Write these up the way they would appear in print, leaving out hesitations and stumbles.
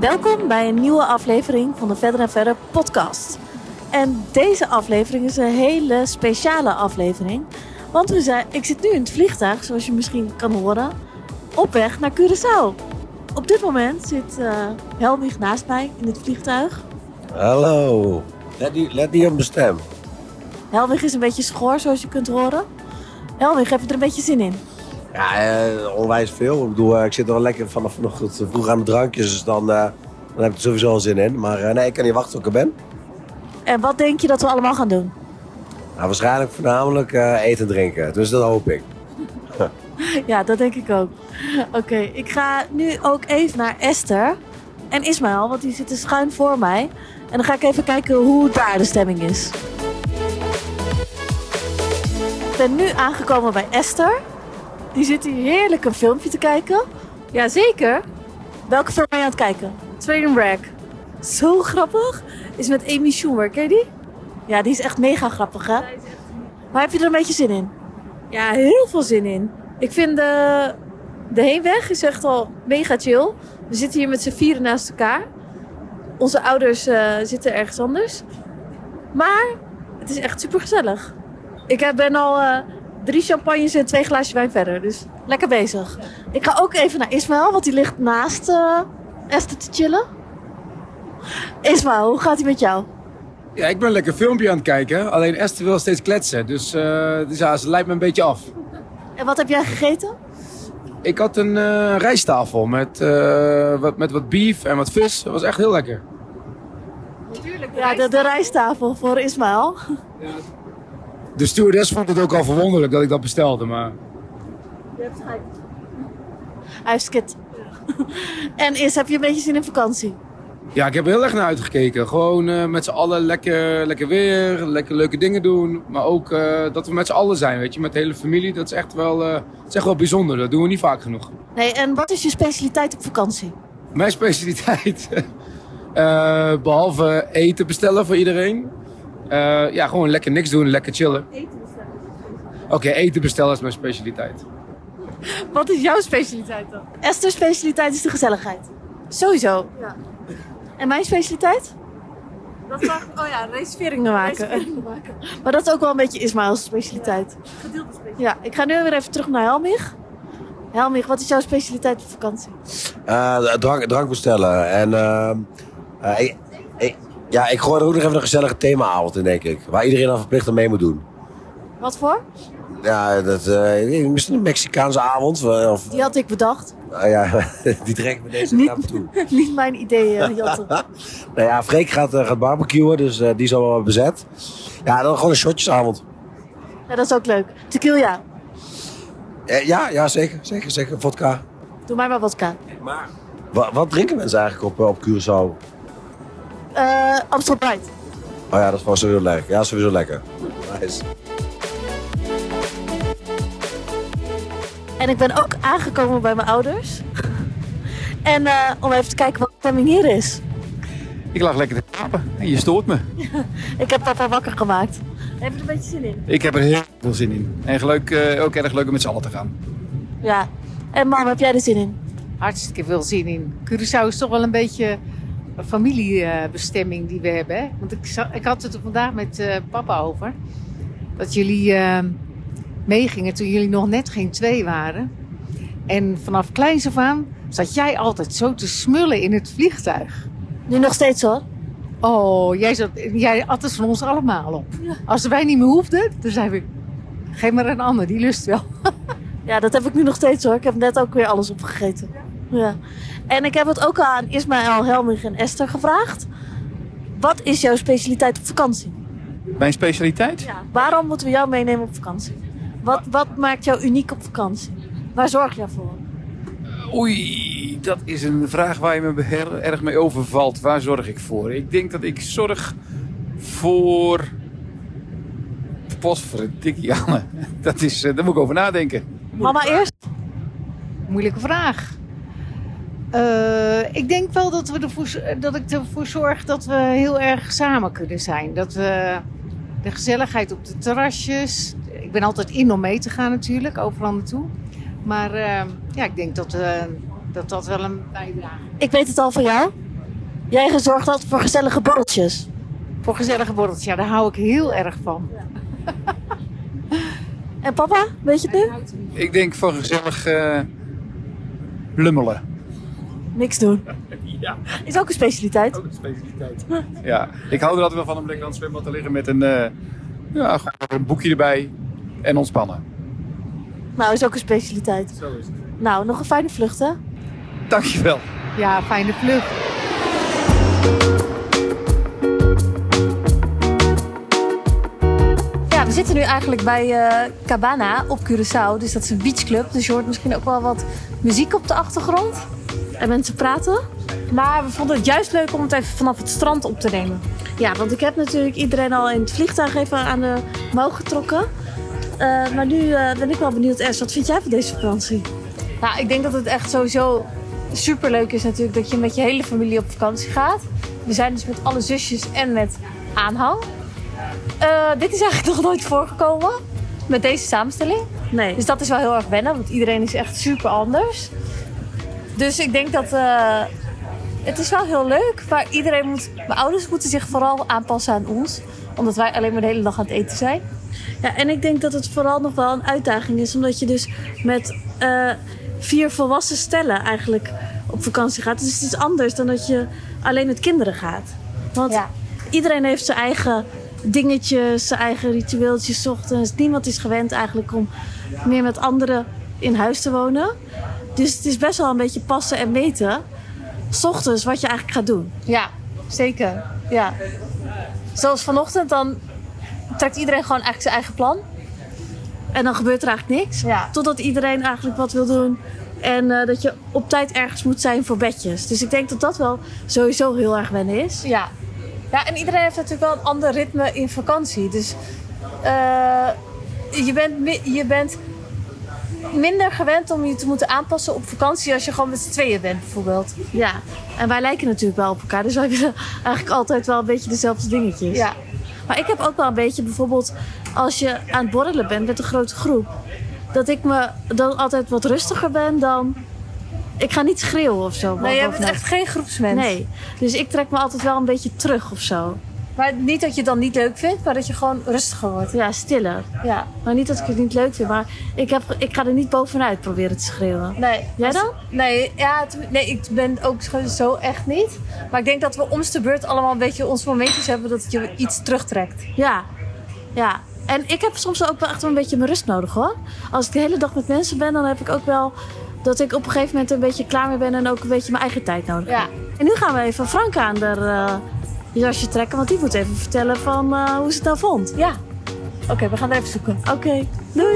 Welkom bij een nieuwe aflevering van de Verder en Verder podcast. En deze aflevering is een hele speciale aflevering. Want ik zit nu in het vliegtuig, zoals je misschien kan horen, op weg naar Curaçao. Op dit moment zit Helmich naast mij in het vliegtuig. Hallo, let niet op mijn stem. Helmich is een beetje schor, zoals je kunt horen. Helmich, heb je er een beetje zin in? Ja, onwijs veel. Ik bedoel, ik zit al lekker vanaf vanochtend vroeg aan de drankjes, dus dan heb ik er sowieso al zin in. Maar nee, ik kan niet wachten tot ik er ben. En wat denk je dat we allemaal gaan doen? Nou, waarschijnlijk voornamelijk eten en drinken, dus dat hoop ik. Ja, dat denk ik ook. Oké, ik ga nu ook even naar Esther en Ismaël, want die zitten schuin voor mij. En dan ga ik even kijken hoe daar de stemming is. Ik ben nu aangekomen bij Esther. Die zit hier heerlijk een filmpje te kijken. Jazeker. Welke film ben je aan het kijken? Trainwreck. Zo grappig. Is met Amy Schumer, ken je die? Ja, die is echt mega grappig, hè? Maar heb je er een beetje zin in? Ja, heel veel zin in. Ik vind de heenweg is echt al mega chill. We zitten hier met z'n vieren naast elkaar. Onze ouders zitten ergens anders. Maar het is echt super gezellig. Ik ben al 3 champagnes en 2 glaasjes wijn verder. Dus lekker bezig. Ik ga ook even naar Ismaël, want die ligt naast Esther te chillen. Ismaël, hoe gaat het met jou? Ja, ik ben een lekker filmpje aan het kijken. Alleen Esther wil steeds kletsen. Dus ja, ze leidt me een beetje af. En wat heb jij gegeten? Ik had een rijsttafel met wat beef en wat vis. Dat was echt heel lekker. Natuurlijk. Ja, de rijsttafel voor Ismaël. Ja. De stewardess vond het ook al verwonderlijk dat ik dat bestelde, maar... Je hebt gelijk. Hij heeft skit. En heb je een beetje zin in vakantie? Ja, ik heb er heel erg naar uitgekeken. Gewoon met z'n allen lekker weer, lekker leuke dingen doen. Maar ook dat we met z'n allen zijn, weet je, met de hele familie. Dat is echt wel bijzonder. Dat doen we niet vaak genoeg. Nee, en wat is je specialiteit op vakantie? Mijn specialiteit? Behalve eten bestellen voor iedereen. Ja, gewoon lekker niks doen, lekker chillen. Eten bestellen. Oké, eten bestellen is mijn specialiteit. Wat is jouw specialiteit dan? Esther's specialiteit is de gezelligheid. Sowieso. Ja. En mijn specialiteit? Reserveringen maken. Maar dat is ook wel een beetje Ismaël's specialiteit. Gedeelde specialiteit. Ja, ik ga nu weer even terug naar Helmich. Helmich, wat is jouw specialiteit op vakantie? Drank bestellen. En ik gooi er ook nog even een gezellige themaavond in, denk ik. Waar iedereen dan verplicht aan mee moet doen. Wat voor? Ja, misschien een Mexicaanse avond. Of... Die had ik bedacht. Ja, die trekken we deze kant toe. Niet mijn idee, Jotte. Nou ja, Freek gaat barbecuen, dus die is al wel bezet. Ja, dan gewoon een shotjesavond. Ja, dat is ook leuk. Tequila. Ja, zeker. Vodka. Doe mij maar vodka. Maar wat drinken mensen eigenlijk op Curaçao? Amstel Bright. Oh ja, dat is wel sowieso lekker. Ja, sowieso lekker. Nice. En ik ben ook aangekomen bij mijn ouders. En om even te kijken wat de stemming hier is. Ik lag lekker te slapen en je stoort me. Ik heb papa wakker gemaakt. Heb je er een beetje zin in? Ik heb er heel veel zin in. En ook erg leuk om met z'n allen te gaan. Ja. En mam, heb jij er zin in? Hartstikke veel zin in. Curaçao is toch wel een beetje een familiebestemming die we hebben. Hè? Want ik had het er vandaag met papa over. Dat jullie meegingen toen jullie nog net geen 2 waren. En vanaf kleins af aan zat jij altijd zo te smullen in het vliegtuig. Nu nog steeds hoor. Oh, jij at het van ons allemaal op. Ja. Als wij niet meer hoefden, dan zeiden we... Geef maar een ander, die lust wel. Ja, dat heb ik nu nog steeds hoor. Ik heb net ook weer alles opgegeten. Ja. En ik heb het ook al aan Ismaël, Helmich en Esther gevraagd. Wat is jouw specialiteit op vakantie? Mijn specialiteit? Ja. Waarom moeten we jou meenemen op vakantie? Wat maakt jou uniek op vakantie? Waar zorg jij voor? Oei, dat is een vraag waar je me heel erg mee overvalt. Waar zorg ik voor? Ik denk dat ik zorg voor... Potverdikkie, Anne. Daar moet ik over nadenken. Mama eerst? Moeilijke vraag. Ik denk wel dat ik ervoor zorg dat we heel erg samen kunnen zijn. Dat we de gezelligheid op de terrasjes... Ik ben altijd in om mee te gaan natuurlijk, overal naartoe. Maar ik denk dat wel een bijdrage is. Ik weet het al van jou. Jij zorgt altijd voor gezellige borreltjes. Voor gezellige borreltjes, ja, daar hou ik heel erg van. En papa, weet je het nu? Ik denk voor gezellig lummelen. Niks doen. Ja. Is ook een specialiteit. Ook een specialiteit. Ja, ik hou er altijd wel van om lekker aan het zwembad te liggen met gewoon een boekje erbij en ontspannen. Nou, is ook een specialiteit. Zo is het. Nou, nog een fijne vlucht, hè? Dankjewel. Ja, fijne vlucht. Ja, we zitten nu eigenlijk bij Cabana op Curaçao. Dus dat is een beachclub. Dus je hoort misschien ook wel wat muziek op de achtergrond. En mensen praten. Maar we vonden het juist leuk om het even vanaf het strand op te nemen. Ja, want ik heb natuurlijk iedereen al in het vliegtuig even aan de mouw getrokken. Maar nu ben ik wel benieuwd, Es, wat vind jij van deze vakantie? Nou, ik denk dat het echt sowieso superleuk is natuurlijk dat je met je hele familie op vakantie gaat. We zijn dus met alle zusjes en met aanhang. Dit is eigenlijk nog nooit voorgekomen met deze samenstelling. Nee. Dus dat is wel heel erg wennen, want iedereen is echt super anders. Dus ik denk dat het is wel heel leuk, maar mijn ouders moeten zich vooral aanpassen aan ons. Omdat wij alleen maar de hele dag aan het eten zijn. Ja, en ik denk dat het vooral nog wel een uitdaging is, omdat je dus met 4 volwassen stellen eigenlijk op vakantie gaat. Dus het is anders dan dat je alleen met kinderen gaat. Want iedereen heeft zijn eigen dingetjes, zijn eigen ritueeltjes 's ochtends. Niemand is gewend eigenlijk om meer met anderen in huis te wonen. Dus het is best wel een beetje passen en meten 's ochtends wat je eigenlijk gaat doen. Ja, zeker. Ja. Zoals vanochtend, dan trekt iedereen gewoon eigenlijk zijn eigen plan. En dan gebeurt er eigenlijk niks. Ja. Totdat iedereen eigenlijk wat wil doen. En dat je op tijd ergens moet zijn voor bedjes. Dus ik denk dat dat wel sowieso heel erg wennen is. Ja. Ja, en iedereen heeft natuurlijk wel een ander ritme in vakantie. Dus je bent minder gewend om je te moeten aanpassen op vakantie als je gewoon met z'n tweeën bent bijvoorbeeld. Ja, en wij lijken natuurlijk wel op elkaar. Dus wij willen eigenlijk altijd wel een beetje dezelfde dingetjes. Ja. Maar ik heb ook wel een beetje bijvoorbeeld als je aan het borrelen bent met een grote groep. Dat ik me dan altijd wat rustiger ben dan... Ik ga niet schreeuwen of zo. Nee, jij bent echt geen groepsmens. Nee, dus ik trek me altijd wel een beetje terug of zo. Maar niet dat je het dan niet leuk vindt, maar dat je gewoon rustiger wordt. Ja, stiller. Ja. Maar niet dat ik het niet leuk vind, maar ik ga er niet bovenuit proberen te schreeuwen. Nee. Jij dan? Nee, ik ben ook zo echt niet. Maar ik denk dat we om de beurt allemaal een beetje onze momentjes hebben dat je iets terugtrekt. Ja. Ja. En ik heb soms ook wel echt een beetje mijn rust nodig, hoor. Als ik de hele dag met mensen ben, dan heb ik ook wel... dat ik op een gegeven moment een beetje klaar mee ben en ook een beetje mijn eigen tijd nodig heb. Ja. En nu gaan we even Frank aan haar jasje trekken, want die moet even vertellen van hoe ze het nou vond. Ja. Oké, we gaan er even zoeken. Oké, doei!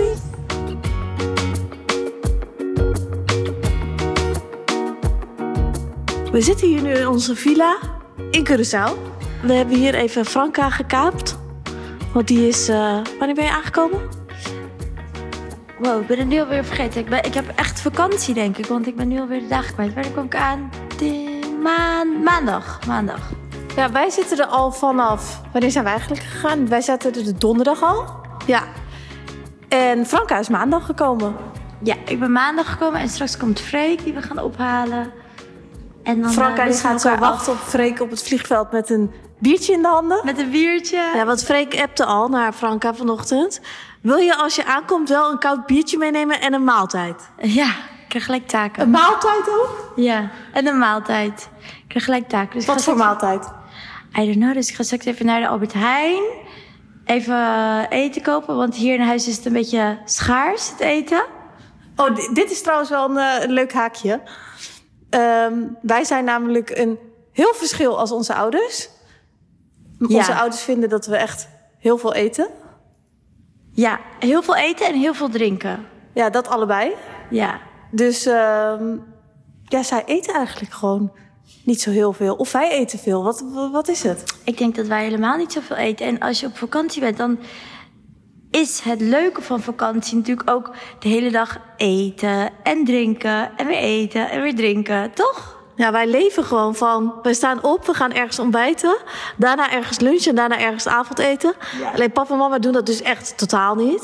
We zitten hier nu in onze villa in Curaçao. We hebben hier even Franka gekaapt. Want die is... wanneer ben je aangekomen? Wow, ik ben het nu alweer vergeten. Ik heb echt vakantie, denk ik. Want ik ben nu alweer de dagen kwijt. Wanneer kwam ik aan? Maandag. Ja, wij zitten er al vanaf... Wanneer zijn we eigenlijk gegaan? Wij zaten er de donderdag al. Ja. En Franka is maandag gekomen. Ja, ik ben maandag gekomen. En straks komt Freek, die we gaan ophalen. En dan Franka die gaat zo wachten op Freek op het vliegveld met een biertje in de handen. Met een biertje. Ja, want Freek appte al naar Franka vanochtend. Wil je als je aankomt wel een koud biertje meenemen en een maaltijd? Ja, ik krijg gelijk taken. Een maaltijd ook? Ja, en een maaltijd. Ik krijg gelijk taken. Dus wat voor maaltijd? I don't know, dus ik ga straks even naar de Albert Heijn. Even eten kopen, want hier in huis is het een beetje schaars, het eten. Oh, dit is trouwens wel een leuk haakje. Wij zijn namelijk een heel verschil als onze ouders. Ja. Onze ouders vinden dat we echt heel veel eten. Ja, heel veel eten en heel veel drinken. Ja, dat allebei. Ja. Dus zij eten eigenlijk gewoon niet zo heel veel. Of wij eten veel. Wat is het? Ik denk dat wij helemaal niet zoveel eten. En als je op vakantie bent, dan is het leuke van vakantie natuurlijk ook de hele dag eten en drinken en weer eten en weer drinken, toch? Ja, wij leven gewoon van... We staan op, we gaan ergens ontbijten. Daarna ergens lunchen en daarna ergens avondeten. Ja. Alleen papa en mama doen dat dus echt totaal niet.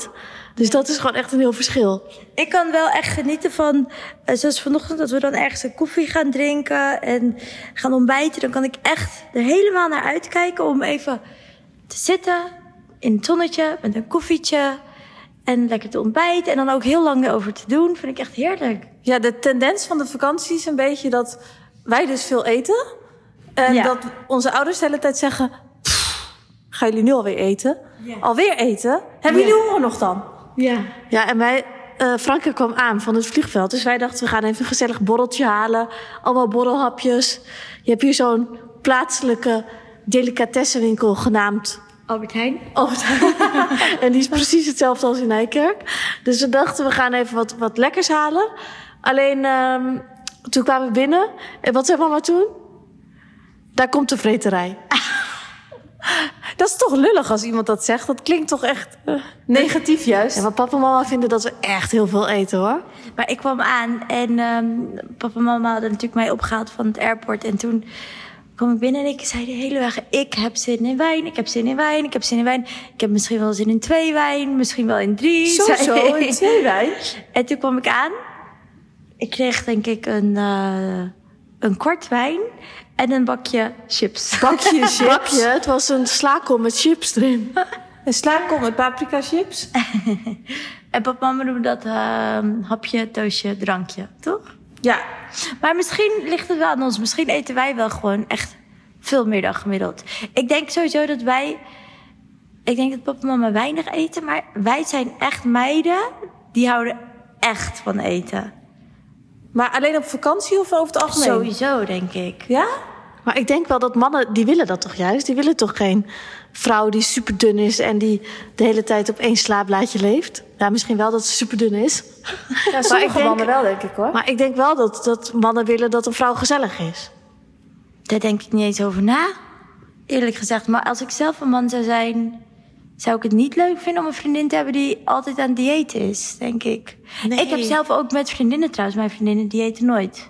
Dus dat is gewoon echt een heel verschil. Ik kan wel echt genieten van, zoals vanochtend, dat we dan ergens een koffie gaan drinken en gaan ontbijten. Dan kan ik echt er helemaal naar uitkijken om even te zitten in het zonnetje met een koffietje en lekker te ontbijten. En dan ook heel lang erover te doen, vind ik echt heerlijk. Ja, de tendens van de vakantie is een beetje dat wij dus veel eten. En dat onze ouders de hele tijd zeggen, gaan jullie nu alweer eten? Ja. Alweer eten? Hebben jullie honger nog dan? Ja. Ja, en wij, Franke kwam aan van het vliegveld. Dus wij dachten, we gaan even een gezellig borreltje halen. Allemaal borrelhapjes. Je hebt hier zo'n plaatselijke delicatessenwinkel genaamd Albert Heijn. En die is precies hetzelfde als in Nijkerk. Dus we dachten, we gaan even wat lekkers halen. Alleen, toen kwamen we binnen. En wat zei mama toen? Daar komt de vreterij. Dat is toch lullig als iemand dat zegt. Dat klinkt toch echt negatief juist. Ja, maar papa en mama vinden dat we echt heel veel eten, hoor. Maar ik kwam aan en papa en mama hadden natuurlijk mij opgehaald van het airport. En toen kwam ik binnen en ik zei de hele weg, ik heb zin in wijn, ik heb zin in wijn, ik heb zin in wijn. Ik heb misschien wel zin in 2 wijn, misschien wel in 3. Zo, in 2 wijn? En toen kwam ik aan. Ik kreeg denk ik een kwart wijn en een bakje chips. Bakje, het was een slakom met chips erin. Een slakom met paprika chips. En papa en mama noemen dat hapje, toastje, drankje, toch? Ja. Maar misschien ligt het wel aan ons. Misschien eten wij wel gewoon echt veel meer dan gemiddeld. Ik denk sowieso dat ik denk dat papa en mama weinig eten, maar wij zijn echt meiden die houden echt van eten. Maar alleen op vakantie of over het algemeen? Sowieso, denk ik. Ja? Maar ik denk wel dat mannen, die willen dat toch juist? Die willen toch geen vrouw die super dun is en die de hele tijd op 1 slaapblaadje leeft? Ja, misschien wel dat ze super dun is. Ja, sommige mannen wel, denk ik, hoor. Maar ik denk wel dat mannen willen dat een vrouw gezellig is. Daar denk ik niet eens over na, eerlijk gezegd. Maar als ik zelf een man zou zijn, zou ik het niet leuk vinden om een vriendin te hebben die altijd aan het dieet is, denk ik. Nee. Ik heb zelf ook met vriendinnen trouwens. Mijn vriendinnen die eten nooit.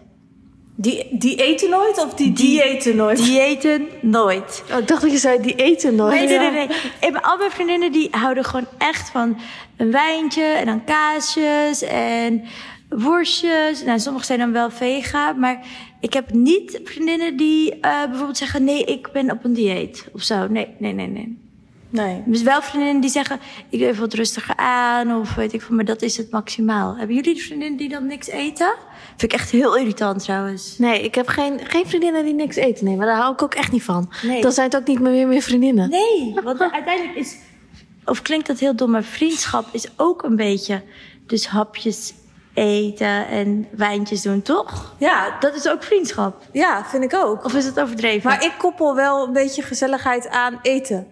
Die eten nooit of die diëten nooit? Die eten nooit. Oh, ik dacht dat je zei die eten nooit. Nee. Al mijn vriendinnen die houden gewoon echt van een wijntje en dan kaasjes en worstjes. Nou, sommige zijn dan wel vega, maar ik heb niet vriendinnen die bijvoorbeeld zeggen, nee, ik ben op een dieet of zo. Nee. Dus wel vriendinnen die zeggen, ik doe even wat rustiger aan of weet ik veel, maar dat is het maximaal. Hebben jullie vriendinnen die dan niks eten? Vind ik echt heel irritant trouwens. Nee, ik heb geen vriendinnen die niks eten. Nee, maar daar hou ik ook echt niet van. Nee. Dan zijn het ook niet meer vriendinnen. Nee, want uiteindelijk is, of klinkt dat heel dom, maar vriendschap is ook een beetje dus hapjes eten en wijntjes doen, toch? Ja, dat is ook vriendschap. Ja, vind ik ook. Of is het overdreven? Maar ik koppel wel een beetje gezelligheid aan eten.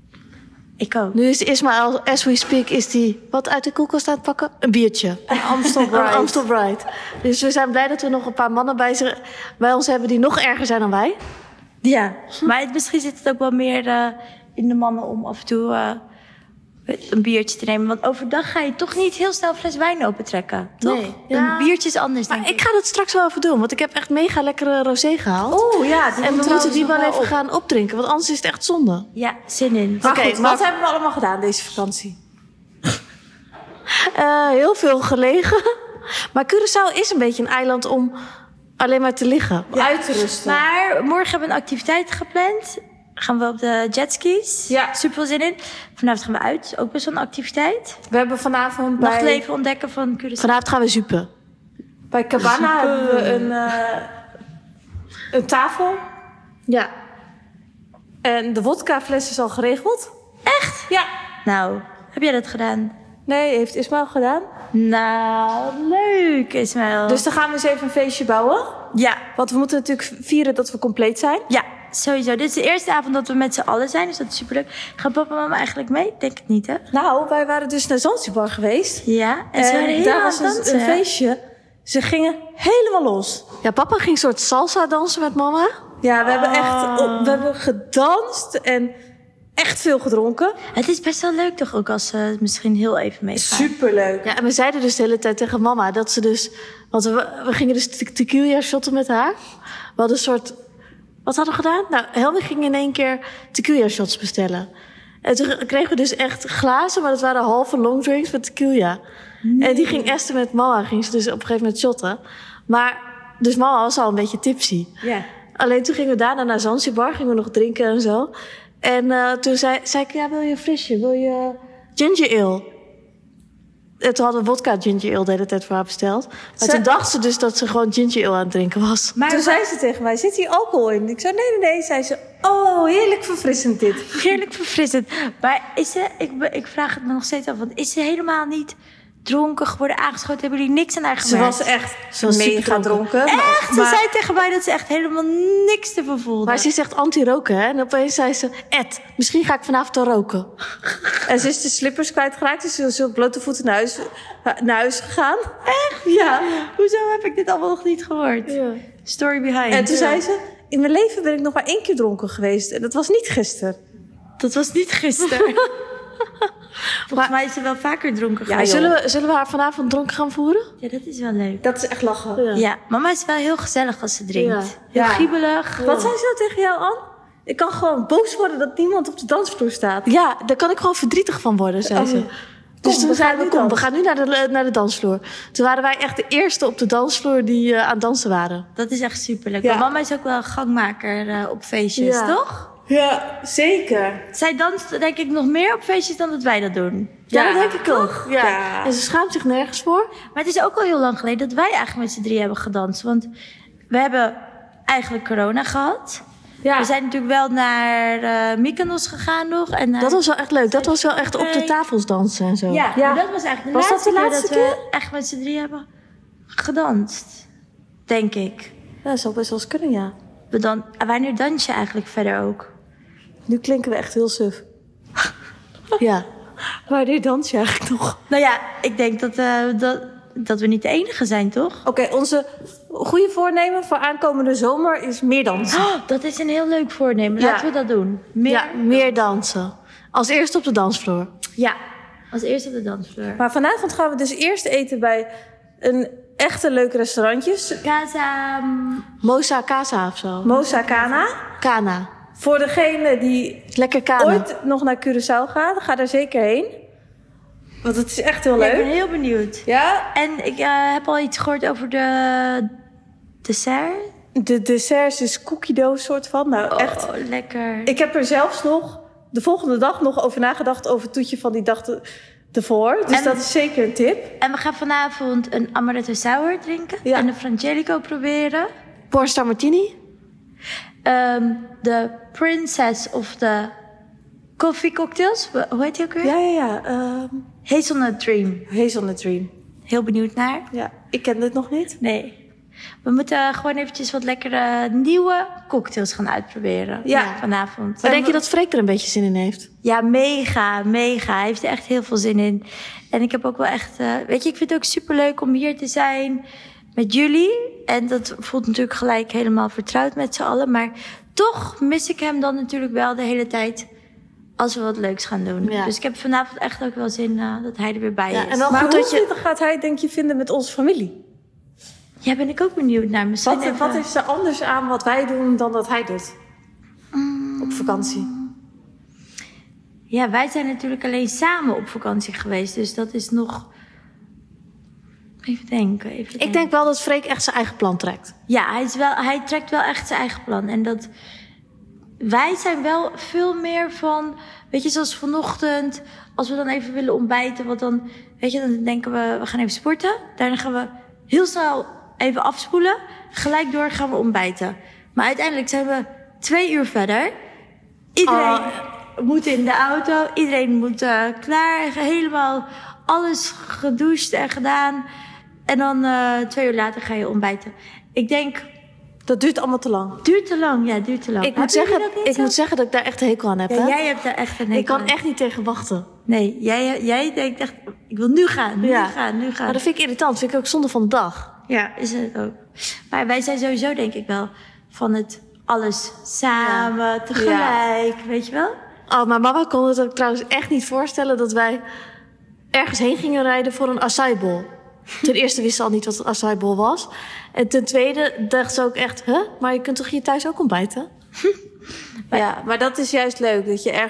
Ik ook. Nu is Ismaël, as we speak, is die wat uit de koelkast aan het pakken? Een biertje. Een Amstel Bright. Dus we zijn blij dat we nog een paar mannen bij ons hebben die nog erger zijn dan wij. Ja, maar misschien zit het ook wel meer in de mannen om af en toe een biertje te nemen. Want overdag ga je toch niet heel snel een fles wijn opentrekken, toch? Nee. Een biertje is anders, denk ik. Maar ik ga dat straks wel even doen, want ik heb echt mega lekkere rosé gehaald. Oeh, ja. En we moeten die wel even gaan opdrinken, want anders is het echt zonde. Ja, zin in. Oké, wat hebben we allemaal gedaan deze vakantie? Heel veel gelegen. Maar Curaçao is een beetje een eiland om alleen maar te liggen, uit te rusten. Maar morgen hebben we een activiteit gepland. Gaan we op de jetskis. Ja. Super veel zin in. Vanavond gaan we uit. Ook best wel een activiteit. We hebben vanavond nachtleven ontdekken van Curaçao. Vanavond gaan we zupen. Bij Cabana hebben we een tafel. Ja. En de wodkafles is al geregeld. Echt? Ja. Nou, heb jij dat gedaan? Nee, heeft Ismaël gedaan. Nou, leuk Ismaël. Dus dan gaan we eens even een feestje bouwen. Ja. Want we moeten natuurlijk vieren dat we compleet zijn. Ja. Sowieso. Dit is de eerste avond dat we met z'n allen zijn, dus dat is superleuk. Gaan papa en mama eigenlijk mee? Denk het niet, hè? Nou, wij waren dus naar Zanzibar geweest. Ja, en ze waren helemaal daar was een feestje. Ze gingen helemaal los. Ja, papa ging een soort salsa dansen met mama. Ja, we hebben gedanst en echt veel gedronken. Het is best wel leuk toch ook als ze misschien heel even meegaan. Superleuk. Ja, en we zeiden dus de hele tijd tegen mama dat ze dus... Want we gingen dus tequila shotten met haar. We hadden een soort... Wat hadden we gedaan? Nou, Helmi ging in één keer tequila shots bestellen. En toen kregen we dus echt glazen, maar dat waren halve longdrinks met tequila. Nee. En die ging Esther met Mama, ging ze dus op een gegeven moment shotten. Maar, dus Mama was al een beetje tipsy. Ja. Alleen toen gingen we daarna naar Zanzibar, gingen we nog drinken en zo. En toen zei ik, ja, wil je een frisje? Wil je ginger ale? En toen hadden we vodka ginger ale de hele tijd voor haar besteld. Maar toen dacht ze dus dat ze gewoon ginger ale aan het drinken was. Maar toen zei ze tegen mij, zit hier alcohol in? Ik zei, nee. Zei ze, oh, heerlijk verfrissend dit. Heerlijk verfrissend. Maar is ze, ik vraag het me nog steeds af, want is ze helemaal niet dronken geworden, aangeschoten? Hebben jullie niks aan haar gemerkt? Ze was mega dronken. Echt? Ze zei tegen mij dat ze echt helemaal niks ervan voelde. Maar ze is echt anti-roken, hè? En opeens zei ze, Ed, misschien ga ik vanavond al roken. En ze is de slippers kwijtgeraakt, dus ze is op blote voeten naar huis gegaan. Echt? Ja. Hoezo heb ik dit allemaal nog niet gehoord? Ja. Story behind. En toen zei ze, in mijn leven ben ik nog maar 1 keer dronken geweest. En dat was niet gisteren. Dat was niet gisteren. Volgens mij is ze wel vaker dronken geweest. Zullen we haar vanavond dronken gaan voeren? Ja, dat is wel leuk. Dat is echt lachen. Ja, mama is wel heel gezellig als ze drinkt. Heel giebelig. Wat zei ze nou tegen jou, Ann? Ik kan gewoon boos worden dat niemand op de dansvloer staat. Ja, daar kan ik gewoon verdrietig van worden, zei ze. Dus toen zeiden we gaan nu naar de dansvloer. Toen waren wij echt de eerste op de dansvloer die aan het dansen waren. Dat is echt superleuk. Ja. Want mama is ook wel een gangmaker op feestjes, toch? Ja, zeker. Zij danst denk ik nog meer op feestjes dan dat wij dat doen. Ja, dat denk ik ook. Ja. En ze schaamt zich nergens voor. Maar het is ook al heel lang geleden dat wij eigenlijk met z'n 3 hebben gedanst. Want we hebben eigenlijk corona gehad. Ja. We zijn natuurlijk wel naar Mykonos gegaan nog. En, Dat was wel echt leuk. Dat was wel echt op de tafels dansen en zo. Ja, maar dat was eigenlijk de laatste keer dat keer? we echt met z'n 3 hebben gedanst. Denk ik. Ja, dat zou best wel eens kunnen, ja. Wanneer dans je eigenlijk verder ook? Nu klinken we echt heel suf. Ja. Wanneer dans je eigenlijk nog? Nou ja, ik denk dat we niet de enige zijn, toch? Oké, onze goede voornemen voor aankomende zomer is meer dansen. Oh, dat is een heel leuk voornemen. Laten we dat doen. Meer dansen. Als eerste op de dansvloer. Ja, als eerste op de dansvloer. Maar vanavond gaan we dus eerst eten bij een echte leuk restaurantje. Casa... Mosa Casa of zo. Mosa Kana. Kana. Voor degene die Lekker Kana. ooit nog naar Curaçao gaat, ga daar zeker heen. Want het is echt heel Ja, leuk. ik ben heel benieuwd. Ja? En ik heb al iets gehoord over de dessert. De desserts is cookiedoos soort van. Nou, echt. Oh, lekker. Ik heb er zelfs nog de volgende dag nog over nagedacht over het toetje van die dag ervoor. Dus dat is zeker een tip. En we gaan vanavond een amaretto sour drinken. Ja. En een frangelico proberen. Pornstar Martini. De Princess of de Coffee Cocktails. Hoe heet die ook weer? Ja. Hazelnut Dream. Hazelnut Dream. Heel benieuwd naar. Ja, ik ken dit nog niet. Nee. We moeten gewoon eventjes wat lekkere nieuwe cocktails gaan uitproberen. Ja. Vanavond. Maar denk je dat Freek er een beetje zin in heeft? Ja, mega. Hij heeft er echt heel veel zin in. En ik heb ook wel echt... weet je, ik vind het ook superleuk om hier te zijn met jullie. En dat voelt natuurlijk gelijk helemaal vertrouwd met z'n allen. Maar toch mis ik hem dan natuurlijk wel de hele tijd als we wat leuks gaan doen. Ja. Dus ik heb vanavond echt ook wel zin dat hij er weer bij is. En wel Maar goed hoe dat je... gaat hij, denk je, vinden met onze familie? Ja, ben ik ook benieuwd naar. Misschien Wat is er anders aan wat wij doen dan dat hij doet? Op vakantie. Ja, wij zijn natuurlijk alleen samen op vakantie geweest. Dus dat is nog... Even denken. Ik denk wel dat Freek echt zijn eigen plan trekt. Ja, hij trekt wel echt zijn eigen plan. En dat... Wij zijn wel veel meer van... Weet je, zoals vanochtend... Als we dan even willen ontbijten... Want dan, weet je, dan denken we gaan even sporten. Daarna gaan we heel snel even afspoelen. Gelijk door gaan we ontbijten. Maar uiteindelijk zijn we 2 uur verder. Iedereen moet in de auto. Iedereen moet klaar. Helemaal alles gedoucht en gedaan. En dan 2 uur later ga je ontbijten. Ik denk... Dat duurt allemaal te lang. Duurt te lang, ja, duurt te lang. Ik moet zeggen dat ik daar echt een hekel aan heb. Ja, hè? jij hebt daar echt een hekel Ik kan aan. echt niet tegen wachten. Nee, jij denkt echt... Ik wil nu gaan, nu gaan. Maar dat vind ik irritant. Dat vind ik ook zonde van de dag. Ja, is het ook. Maar wij zijn sowieso denk ik wel van het alles samen, tegelijk, weet je wel? Oh, maar mama kon het ook trouwens echt niet voorstellen dat wij ergens heen gingen rijden voor een acai bowl. Ten eerste wist ze al niet wat een acai bowl was. En ten tweede dacht ze ook echt, maar je kunt toch hier thuis ook ontbijten? Ja, maar dat is juist leuk. Dat je ergens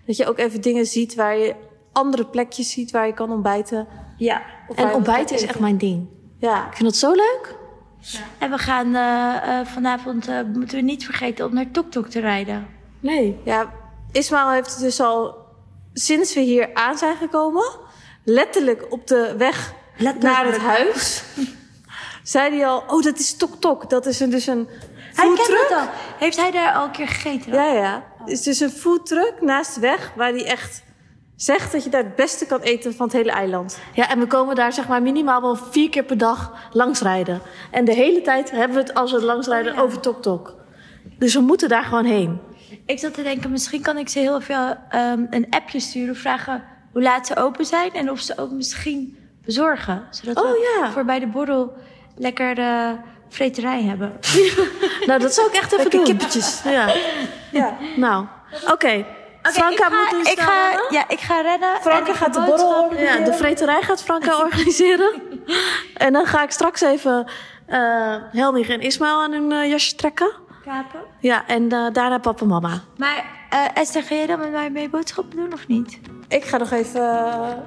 Dat je ook even dingen ziet waar je andere plekjes ziet waar je kan ontbijten. Ja. En ontbijten is echt mijn ding. Ja. Ik vind dat zo leuk. Ja. En we gaan vanavond, moeten we niet vergeten om naar Tok te rijden. Nee. Ja, Ismaël heeft het dus al sinds we hier aan zijn gekomen, letterlijk op de weg naar het huis, zei hij al, dat is Tok. Dat is dus een Hij kent foodtruck. het al. Heeft hij daar al een keer gegeten? Ja. Het is dus een foodtruck naast de weg waar hij echt zegt dat je daar het beste kan eten van het hele eiland. Ja, en we komen daar zeg maar minimaal wel 4 keer per dag langsrijden. En de hele tijd hebben we het als we langsrijden over Tok. Dus we moeten daar gewoon heen. Ik zat te denken, misschien kan ik ze heel veel een appje sturen. Vragen hoe laat ze open zijn. En of ze ook misschien bezorgen. Zodat we voor bij de borrel lekker de vreterij hebben. Nou, dat zou ik echt even doen. Kippetjes. Ja. Nou, oké. Franka moet dus ik ga rennen. Franka gaat de borrel organiseren. Ja, de vreterij gaat Franka organiseren. En dan ga ik straks even Helmich en Ismaël aan hun jasje trekken. Kapen. Ja, en daarna papa en mama. Maar Esther, ga jij dan met mij mee boodschappen doen of niet? Ik ga nog even...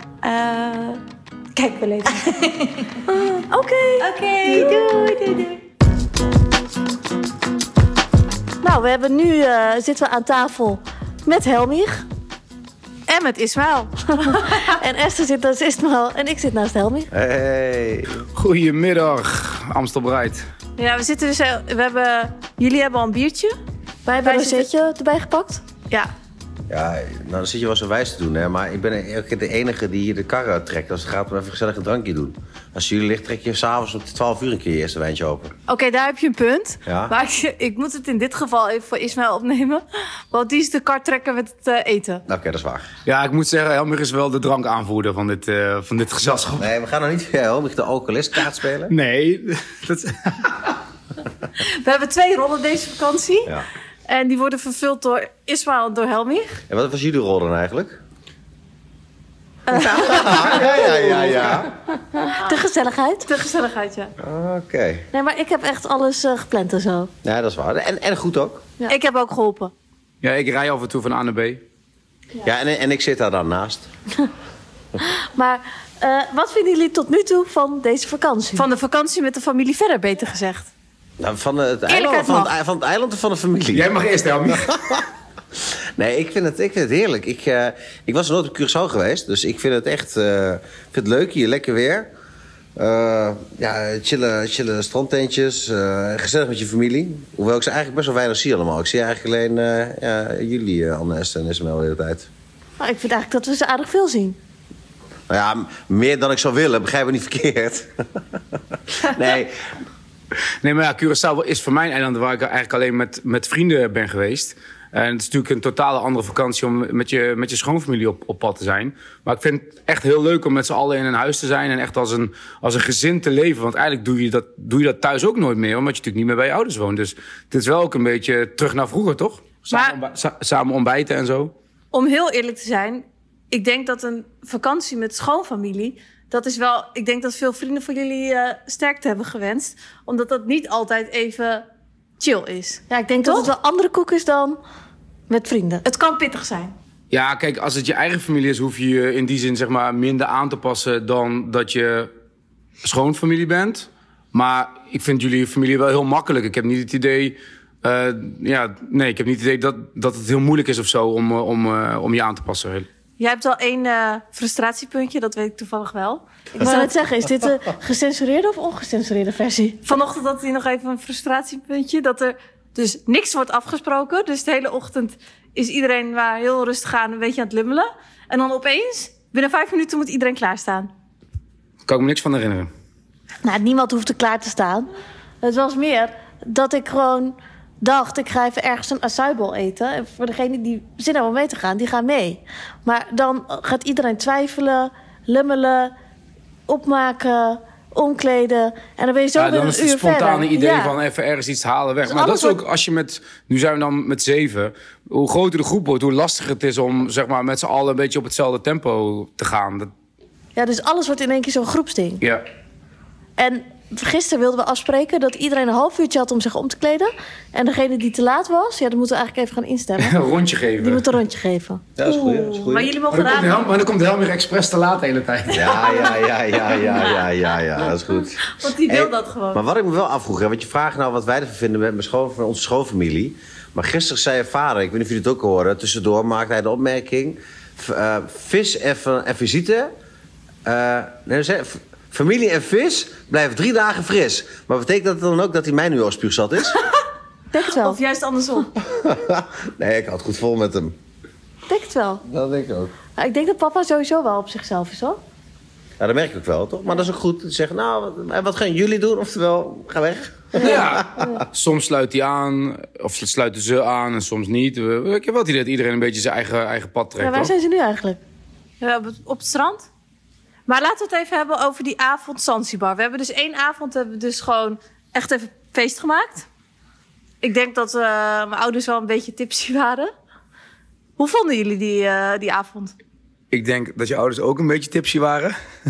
Kijk wel even. Oké. Doei. Nou, we hebben nu zitten we aan tafel met Helmich. En met Ismaël. En Esther zit naast Ismaël en ik zit naast Helmich. Hey. Goedemiddag, Amstelbreit. Ja, we zitten dus... Jullie hebben al een biertje. Wij hebben een rozeetje erbij gepakt. Ja. Ja, nou dan zit je wel zo wijs te doen, hè. Maar ik ben ook de enige die hier de kar trekt als het gaat om even gezellig een drankje doen. Als jullie ligt, trek je s'avonds op 12 uur een keer je eerste wijntje open. Oké, daar heb je een punt. Ja. Maar ik moet het in dit geval even voor Ismaël opnemen. Want die is de kar trekker met het eten. Oké, dat is waar. Ja, ik moet zeggen, Helmich is wel de drankaanvoerder van dit gezelschap. Nee, we gaan nou niet via Helmich de alcoholistkaart spelen. Nee, dat... We hebben 2 rollen deze vakantie. Ja. En die worden vervuld door Ismaël en door Helmich. En wat was jullie rol dan eigenlijk? Ja. De gezelligheid. De gezelligheid, ja. Oké. Nee, maar ik heb echt alles gepland en zo. Ja, dat is waar. En goed ook. Ja. Ik heb ook geholpen. Ja, ik rij af en toe van A naar B. Ja, en ik zit daar dan naast. Maar wat vinden jullie tot nu toe van deze vakantie? Van de vakantie met de familie verder, beter gezegd. Nou, van het Eerlijkheid eiland, mag. van het eiland of van de familie? Jij mag eerst, Helmich. Nee, ik vind het heerlijk. Ik was nog nooit op Curaçao geweest. Dus ik vind het echt vind het leuk hier. Lekker weer. Chillen strandtentjes. Gezellig met je familie. Hoewel ik ze eigenlijk best wel weinig zie allemaal. Ik zie eigenlijk alleen jullie, Anne, Esther en Ismaël de hele tijd. Nou, ik vind eigenlijk dat we ze aardig veel zien. Nou ja, meer dan ik zou willen. Begrijp me niet verkeerd. Nee. Nee, maar ja, Curaçao is voor mijn eiland waar ik eigenlijk alleen met vrienden ben geweest. En het is natuurlijk een totale andere vakantie om met je schoonfamilie op pad te zijn. Maar ik vind het echt heel leuk om met z'n allen in een huis te zijn en echt als een gezin te leven. Want eigenlijk doe je dat thuis ook nooit meer, omdat je natuurlijk niet meer bij je ouders woont. Dus het is wel ook een beetje terug naar vroeger, toch? Samen ontbijten en zo. Om heel eerlijk te zijn, ik denk dat een vakantie met schoonfamilie, dat is wel... Ik denk dat veel vrienden van jullie sterkte hebben gewenst. Omdat dat niet altijd even chill is. Ja, ik denk dat het wel andere koek is dan met vrienden. Het kan pittig zijn. Ja, kijk, als het je eigen familie is, hoef je je in die zin zeg maar minder aan te passen dan dat je schoonfamilie bent. Maar ik vind jullie familie wel heel makkelijk. Ik heb niet het idee, ik heb niet het idee dat het heel moeilijk is of zo om je aan te passen. Jij hebt al 1 frustratiepuntje, dat weet ik toevallig wel. Ik zou net zeggen, is dit de gecensureerde of ongecensureerde versie? Vanochtend had hij nog even een frustratiepuntje, dat er dus niks wordt afgesproken. Dus de hele ochtend is iedereen maar heel rustig aan, een beetje aan het lummelen. En dan opeens, binnen 5 minuten moet iedereen klaarstaan. Daar kan ik me niks van herinneren. Nou, niemand hoeft er klaar te staan. Het was meer dat ik gewoon dacht, ik ga even ergens een acai-bowl eten. En voor degenen die zin hebben om mee te gaan, die gaan mee. Maar dan gaat iedereen twijfelen, lummelen, opmaken, omkleden. En dan ben je zo weer dan een is uur het spontane verder. idee van even ergens iets halen weg. Dus Maar dat alles is ook als je nu zijn we dan met 7. Hoe groter de groep wordt, hoe lastiger het is om zeg maar met z'n allen een beetje op hetzelfde tempo te gaan. Ja, dus alles wordt in één keer zo'n groepsding. Ja. En gisteren wilden we afspreken dat iedereen een half uurtje had om zich om te kleden. En degene die te laat was, dat moeten we eigenlijk even gaan instellen. Een rondje geven. Die moet een rondje geven. Ja, dat is goed. Maar jullie mogen raden. Maar dan komt Helmer expres te laat de hele tijd. Ja, dat is goed. Want die wil dat gewoon. Maar wat ik me wel afvroeg, want je vraagt nou wat wij ervan vinden met onze schoonfamilie. Maar gisteren zei je vader, ik weet niet of jullie het ook horen, tussendoor maakte hij de opmerking: vis en visite. Familie en vis blijven 3 dagen fris. Maar betekent dat dan ook dat hij mij nu al spuugzat is? Denk het wel. Of juist andersom. Nee, ik had het goed vol met hem. Denk het wel. Dat denk ik ook. Nou, ik denk dat papa sowieso wel op zichzelf is, hoor. Ja, dat merk ik ook wel, toch? Maar dat is ook goed. Te zeggen, nou, wat gaan jullie doen? Oftewel, ga weg. Ja. Soms sluit hij aan, of sluiten ze aan en soms niet. Ik heb wel het idee dat iedereen een beetje zijn eigen pad trekt. Ja, waar zijn ze nu eigenlijk? Ja, op het strand. Maar laten we het even hebben over die avond Zanzibar. We hebben dus 1 avond gewoon echt even feest gemaakt. Ik denk dat mijn ouders wel een beetje tipsy waren. Hoe vonden jullie die avond? Ik denk dat je ouders ook een beetje tipsy waren.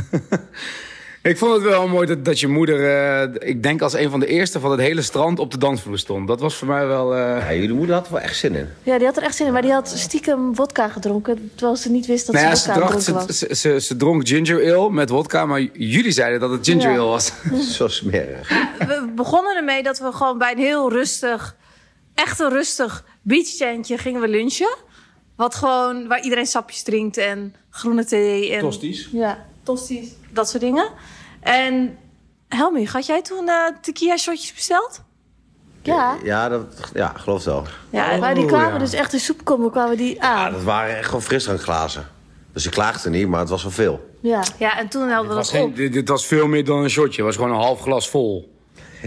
Ik vond het wel mooi dat je moeder, ik denk als een van de eerste van het hele strand op de dansvloer stond. Dat was voor mij wel... Ja, jullie moeder had er wel echt zin in. Ja, die had er echt zin in. Maar die had stiekem wodka gedronken. Terwijl ze niet wist dat ze vodka gedronken was. Ze dronk ginger ale met wodka. Maar jullie zeiden dat het ginger ale was. Zo smerig. We begonnen ermee dat we gewoon bij een heel rustig, echt een rustig beachtentje gingen we lunchen. Waar iedereen sapjes drinkt en groene thee. En Tosties. Ja. Tosties, dat soort dingen. En Helmi, had jij toen tequila shotjes besteld? Ja. Ja, geloof wel. Ja, maar die kwamen dus echt in soepkommen kwamen die aan. Ja, dat waren echt gewoon frisdrankglazen. Dus ik klaagde niet, maar het was wel veel. Ja. Ja, en toen hadden we dat op. Dit was veel meer dan een shotje. Het was gewoon een half glas vol.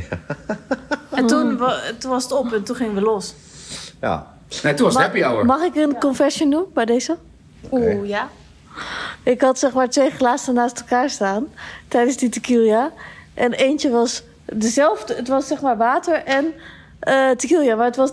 En toen was het op en toen gingen we los. Ja. Nee, toen was het happy hour. Mag ik een confession doen bij deze? Oeh, ja. Ik had zeg maar 2 glazen naast elkaar staan tijdens die tequila. En eentje was dezelfde. Het was zeg maar water en tequila. Maar het was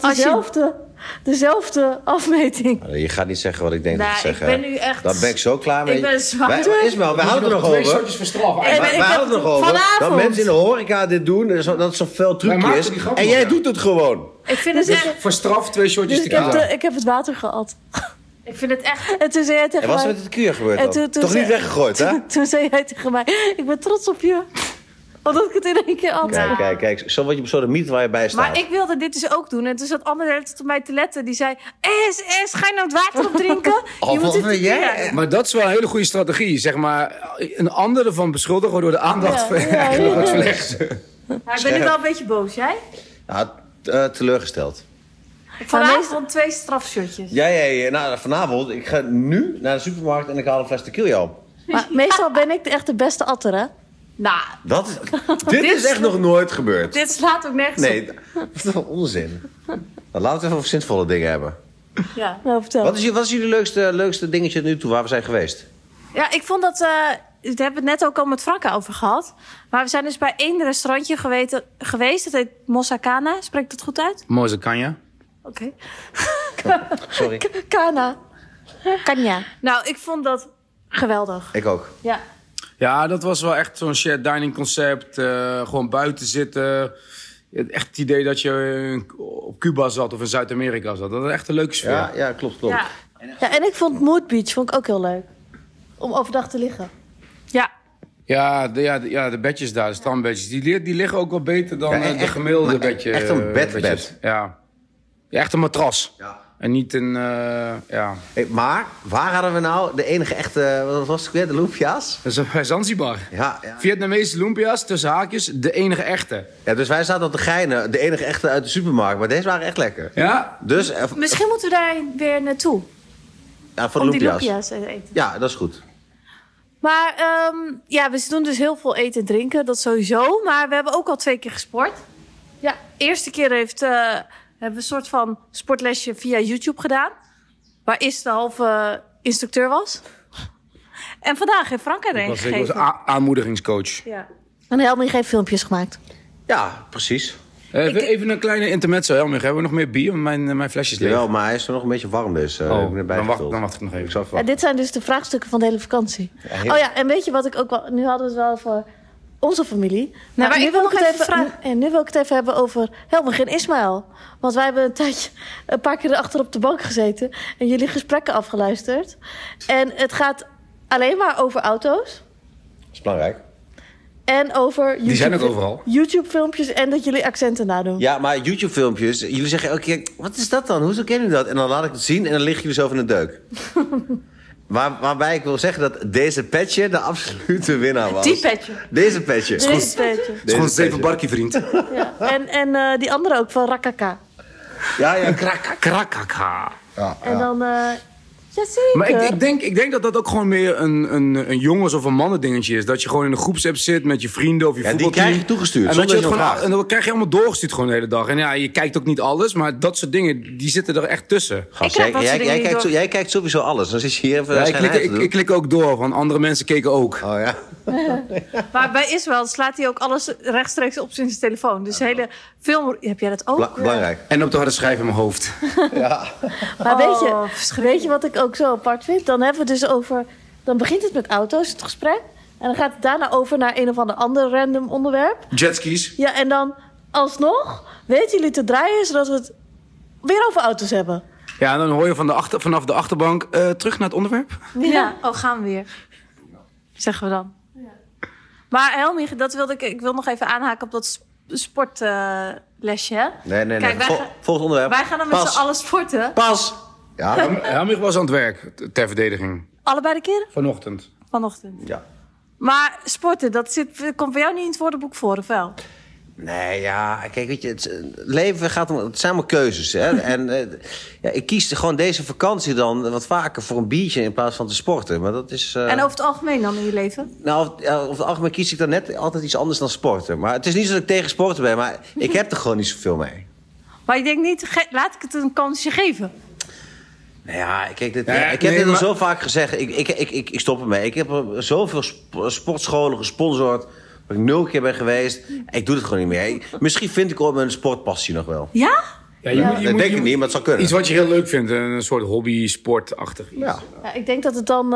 dezelfde afmeting. Je gaat niet zeggen wat ik denk dat ik zeg. Ik ben nu echt... Dan ben ik zo klaar mee. Ik ben zwaar. Ismael, wij houden er nog over. 2 shotjes voor straf. Wij houden er nog over. Dat mensen in de horeca dit doen. Dat het zo'n fel trucje is. En jij doet het gewoon. Ik vind het echt... Voor straf 2 shotjes Dus tequila. ik heb het water gehad. Ik vind het echt... En toen zei jij tegen En wat is mij... er met de tequila gebeurd dan? Toen Toch niet weggegooid, hè? Toen zei jij tegen mij... Ik ben trots op je. Omdat ik het in 1 keer had. Kijk. Zo word je de mythe waar je bij staat. Maar ik wilde dit dus ook doen. En toen zat Anne op mij te letten. Die zei... ga je nou het water opdrinken? Je moet het jij? Maar dat is wel een hele goede strategie. Zeg maar, een ander ervan beschuldigen waardoor de aandacht eigenlijk wordt verlegd. Maar ik ben nu wel een beetje boos. Jij? Ja, teleurgesteld. Vanavond 2 strafshotjes. Ja. Nou, vanavond, ik ga nu naar de supermarkt en ik haal een fles tequila op. Maar meestal ben ik echt de beste atter, hè? Nou, Dit is echt nog nooit gebeurd. dit slaat ook nergens Nee, dat is toch onzin. Nou, laten we het even over zinvolle dingen hebben. op. Ja. Nou, vertel. Wat is jullie leukste dingetje nu toe waar we zijn geweest? Ja, ik vond dat... we hebben het net ook al met Franka over gehad. Maar we zijn dus bij 1 restaurantje geweest. Dat heet Mosakana. Spreekt dat goed uit? Moze Kanja. Oké. Sorry. Kanja. Nou, ik vond dat geweldig. Ik ook. Ja. Ja, dat was wel echt zo'n shared dining concept. Gewoon buiten zitten. Echt het idee dat je op Cuba zat of in Zuid-Amerika zat. Dat was echt een leuke sfeer. Ja, klopt. Ja. Ja, en ik vond Mood Beach vond ik ook heel leuk. Om overdag te liggen. Ja. Ja, de bedjes daar, de strandbedjes. Die liggen ook wel beter dan de gemiddelde bedje. Echt een bedbed. Bedjes. Ja, echt een matras. Ja. En niet een, ja... Hey, maar waar hadden we nou de enige echte... Wat was het weer? De lumpia's? Dat is bij Zanzibar. Ja. Vietnamese lumpia's, tussen haakjes, de enige echte. Ja, dus wij zaten op de geinen. De enige echte uit de supermarkt. Maar deze waren echt lekker. Ja? Dus... Misschien moeten we daar weer naartoe. Ja, voor de Om die lumpia's. lumpia's te eten. Ja, dat is goed. Maar we doen dus heel veel eten en drinken. Dat sowieso. Maar we hebben ook al 2 keer gesport. Ja, de eerste keer hebben we een soort van sportlesje via YouTube gedaan. Waar Is de halve instructeur was. En vandaag heeft Franka er een gegeven. Ik was aanmoedigingscoach. Ja. En Helmi heeft filmpjes gemaakt. Ja, precies. Even een kleine intermezzo, Helmig. Hebben we nog meer bier? Mijn flesjes leeg. Jawel, maar hij is er nog een beetje warm, dus heb ik net dan wacht bijgevuld. ik nog even. Ik zal Ja, dit zijn dus de vraagstukken van de hele vakantie. heel- Oh ja, en weet je wat ik ook wel... Nu hadden we het wel voor onze familie. maar ik wil nog even vragen. En nu wil ik het even hebben over Helmig en Ismaël. Want wij hebben een paar keer achter op de bank gezeten en jullie gesprekken afgeluisterd. En het gaat alleen maar over auto's. Dat is belangrijk. En over Die zijn ook overal. YouTube-filmpjes en dat jullie accenten nadoen. Ja, maar YouTube-filmpjes, jullie zeggen elke keer, wat is dat dan? Hoezo kennen jullie dat? En dan laat ik het zien en dan liggen jullie zo van de deuk. Waarbij ik wil zeggen dat deze petje de absolute winnaar was. Die petje. Deze petje. Deze petje. Het is gewoon Steven Barkie, vriend. Ja. En die andere ook van Rakaka. Ja, Krakaka. En dan... Jazeker. Maar ik denk dat dat ook gewoon meer een jongens- of een mannen-dingetje is. Dat je gewoon in een groepsapp zit met je vrienden of je Ja, die voetbalteam. krijg je toegestuurd, En, dat je zonder het dat je gewoon, vraagt. en dan krijg je allemaal doorgestuurd gewoon de hele dag. En ja, je kijkt ook niet alles, maar dat soort dingen, die zitten er echt tussen. Gast, krijg dat soort dingen niet door. jij kijkt sowieso alles. Dan zit je hier even Ja, schijnheid te doen. ik klik ook door, want andere mensen keken ook. Oh ja. Maar bij Ismaël slaat hij ook alles rechtstreeks op zijn telefoon. Dus de hele film... Heb jij dat ook? Belangrijk. En op de harde schijf in mijn hoofd. Maar weet je wat ik ook zo apart vind? Dan hebben we dus over... Dan begint het met auto's, het gesprek. En dan gaat het daarna over naar een of ander random onderwerp. Jetskis. Ja, en dan alsnog weten jullie te draaien... zodat we het weer over auto's hebben. Ja, en dan hoor je vanaf de achterbank terug naar het onderwerp. Ja. Oh, gaan we weer. Zeggen we dan. Maar Helmig, ik wil nog even aanhaken op dat sportlesje. Hè? Nee. Kijk, Volgend onderwerp. wij gaan dan met Pas. z'n allen sporten. Pas. Ja. Helmich was aan het werk, ter verdediging. Allebei de keren? Vanochtend. Vanochtend. Ja. Maar sporten, komt bij jou niet in het woordenboek voor, of wel? Nee, ja, kijk, weet je, het leven gaat om... Het zijn allemaal keuzes, hè. En ik kies gewoon deze vakantie dan wat vaker voor een biertje in plaats van te sporten. Maar dat is... En over het algemeen dan in je leven? Nou, over het algemeen kies ik dan net altijd iets anders dan sporten. Maar het is niet zo dat ik tegen sporten ben, maar ik heb er gewoon niet zoveel mee. Maar je denkt niet, laat ik het een kansje geven? Nou ja, kijk, ik heb nee, dit al maar- zo vaak gezegd. Ik stop ermee. Ik heb er zoveel sportscholen gesponsord... waar ik 0 keer ben geweest. Ik doe het gewoon niet meer. Misschien vind ik ook mijn sportpassie nog wel. Ja? Ja, Dat denk ik niet, maar het zou kunnen. Iets wat je heel leuk vindt, een soort hobby, sportachtig iets. Ja. Ja, ik denk dat het dan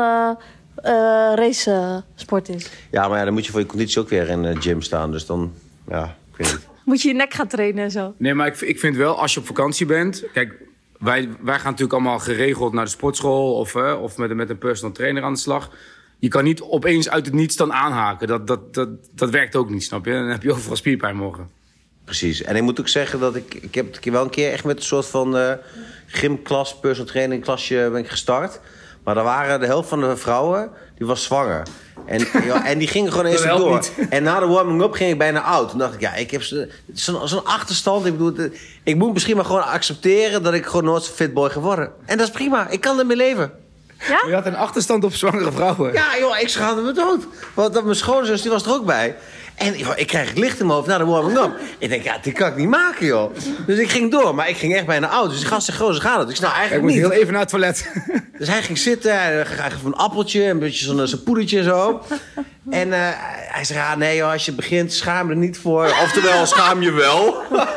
racesport is. Ja, maar ja, dan moet je voor je conditie ook weer in de gym staan. Dus dan, ja, ik weet niet. Moet je je nek gaan trainen en zo? Nee, maar ik vind wel, als je op vakantie bent... Kijk, wij gaan natuurlijk allemaal geregeld naar de sportschool... of met een personal trainer aan de slag. Je kan niet opeens uit het niets dan aanhaken. Dat werkt ook niet, snap je? Dan heb je overal spierpijn morgen. Precies. En ik moet ook zeggen dat ik heb het wel een keer echt met een soort van gymklas, personal training klasje ben ik gestart. Maar daar waren de helft van de vrouwen, die was zwanger. En die gingen gewoon eerst Dat helpt door. niet. En na de warming-up ging ik bijna oud. Toen dacht ik, ja, ik heb zo'n achterstand. Ik bedoel, ik moet misschien maar gewoon accepteren dat ik gewoon nooit zo'n fit boy ga worden. En dat is prima. Ik kan ermee leven. Ja? Je had een achterstand op zwangere vrouwen. Ja, joh, ik schaamde me dood. Want mijn schoonzus, die was er ook bij. En joh, ik krijg het licht in mijn hoofd na de warming-up. Ik denk, ja, dit kan ik niet maken, joh. Dus ik ging door, maar ik ging echt bijna oud. Dus die gast zegt, goh, ze gaat het. Ik zei, nou, Ik eigenlijk moet niet. heel even naar het toilet. Dus hij ging zitten, hij gaf een appeltje, een beetje zo'n poedertje en zo. En hij zei, ja, nee joh, als je begint, schaam je er niet voor. Oftewel, schaam je wel.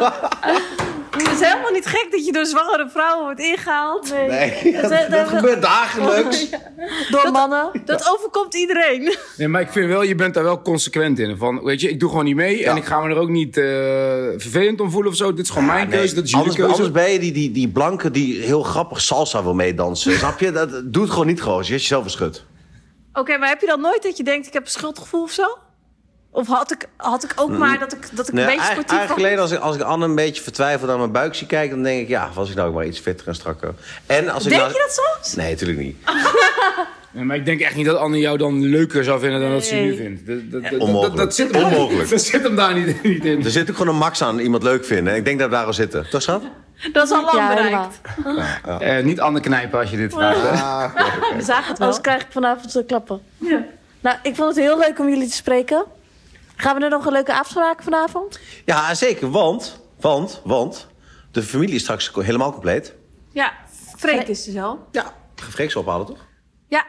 Het is helemaal niet gek dat je door zwangere vrouwen wordt ingehaald. Nee, dat gebeurt dagelijks. Door mannen. Dat overkomt iedereen. Nee, maar ik vind wel, je bent daar wel consequent in. Van, weet je, ik doe gewoon niet mee. En ik ga me er ook niet vervelend om voelen of zo. Dit is gewoon mijn keuze, dat is jullie keuze. Anders ben je die blanke die heel grappig salsa wil meedansen. Snap je? Dat doet gewoon niet gewoon. Je hebt jezelf verschut. Oké, maar heb je dan nooit dat je denkt, ik heb een schuldgevoel of zo? Of had ik ook maar dat ik een beetje sportief Eigenlijk was? alleen als ik Anne een beetje vertwijfeld aan mijn buik zie kijken... dan denk ik, ja, was ik nou ook maar iets fitter en strakker. En als Denk je dat soms? Nee, natuurlijk niet. Nee, maar ik denk echt niet dat Anne jou dan leuker zou vinden dan dat ze nu vindt. Onmogelijk. Dat zit hem Onmogelijk. Dat zit hem daar niet in. Er zit ook gewoon een max aan iemand leuk vinden. Ik denk dat we daar al zitten. Toch, schat? Dat is al lang helemaal. bereikt. Niet Anne knijpen als je dit vraagt. hè. We zagen het wel. Anders krijg ik vanavond klappen. Ja. Nou, ik vond het heel leuk om jullie te spreken. Gaan we er nog een leuke avond maken vanavond? Ja, zeker. Want de familie is straks helemaal compleet. Ja, Freek is er zo. Ja, Freek ze ophalen, toch? Ja,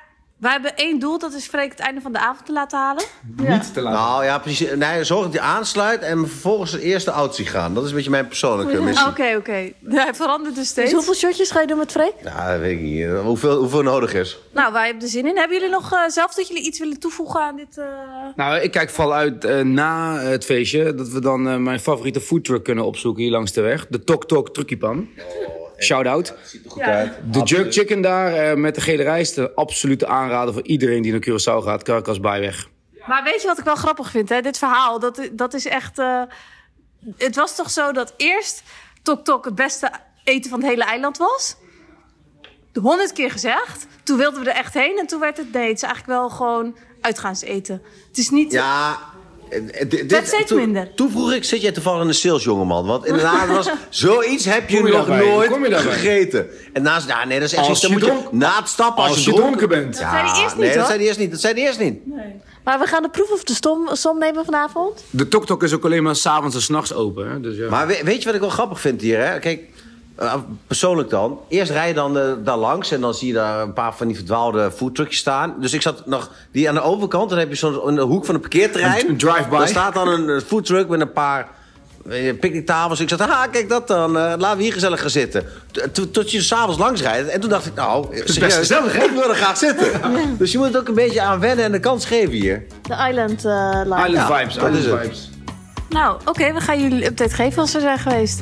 Wij hebben 1 doel, dat is Freek het einde van de avond te laten halen. Niet te laten. Nou ja, precies. Nee, zorg dat hij aansluit en vervolgens de eerste out zien gaan. Dat is een beetje mijn persoonlijke missie. Oké. Hij verandert dus steeds. Dus hoeveel shotjes ga je doen met Freek? Ja, dat weet ik niet. Hoeveel nodig is. Nou, wij hebben er zin in. Hebben jullie nog zelf dat jullie iets willen toevoegen aan dit? Nou, ik kijk vooral uit na het feestje... dat we dan mijn favoriete foodtruck kunnen opzoeken hier langs de weg. De Tok Tok Truckiepan. Shout-out. Ziet er goed uit. De jerk chicken daar met de gele rijst. De absolute aanrader voor iedereen die naar Curaçao gaat. Caracas Bijweg. Maar weet je wat ik wel grappig vind? Hè? Dit verhaal, dat is echt... Het was toch zo dat eerst Tok Tok het beste eten van het hele eiland was? 100 keer gezegd. Toen wilden we er echt heen en toen werd het... Nee, het is eigenlijk wel gewoon uitgaanseten. Het is niet... Ja... Het werd steeds minder. Toen vroeg ik, zit jij toevallig in de sales, jongeman? Want inderdaad, was zoiets heb je nog nooit gegeten. En naast, nee, dat is echt zo. Na het stappen, als je dronken bent. Dat zei hij eerst niet, nee, hoor. dat zei hij eerst niet. Nee. Maar we gaan de proef of de som nemen vanavond. De Tok Tok is ook alleen maar 's avonds en 's nachts open. Hè? Dus ja. Maar weet je wat ik wel grappig vind hier? Hè? Kijk, persoonlijk dan. Eerst rij je dan daar langs en dan zie je daar een paar van die verdwaalde foodtruckjes staan. Dus ik zat nog die aan de overkant. Dan heb je zo'n in de hoek van een parkeerterrein. Een drive-by. Daar staat dan een foodtruck met een paar picknicktafels. Ik zat, kijk dat dan. Laten we hier gezellig gaan zitten. Tot je 's avonds langs rijdt. En toen dacht ik, nou, serieus, gezellig, hè? ik wil er graag zitten. Dus je moet het ook een beetje aan wennen en de kans geven hier. De Island Live. Island vibes, dat is Island het. vibes. Nou, oké, we gaan jullie een update geven als we zijn geweest.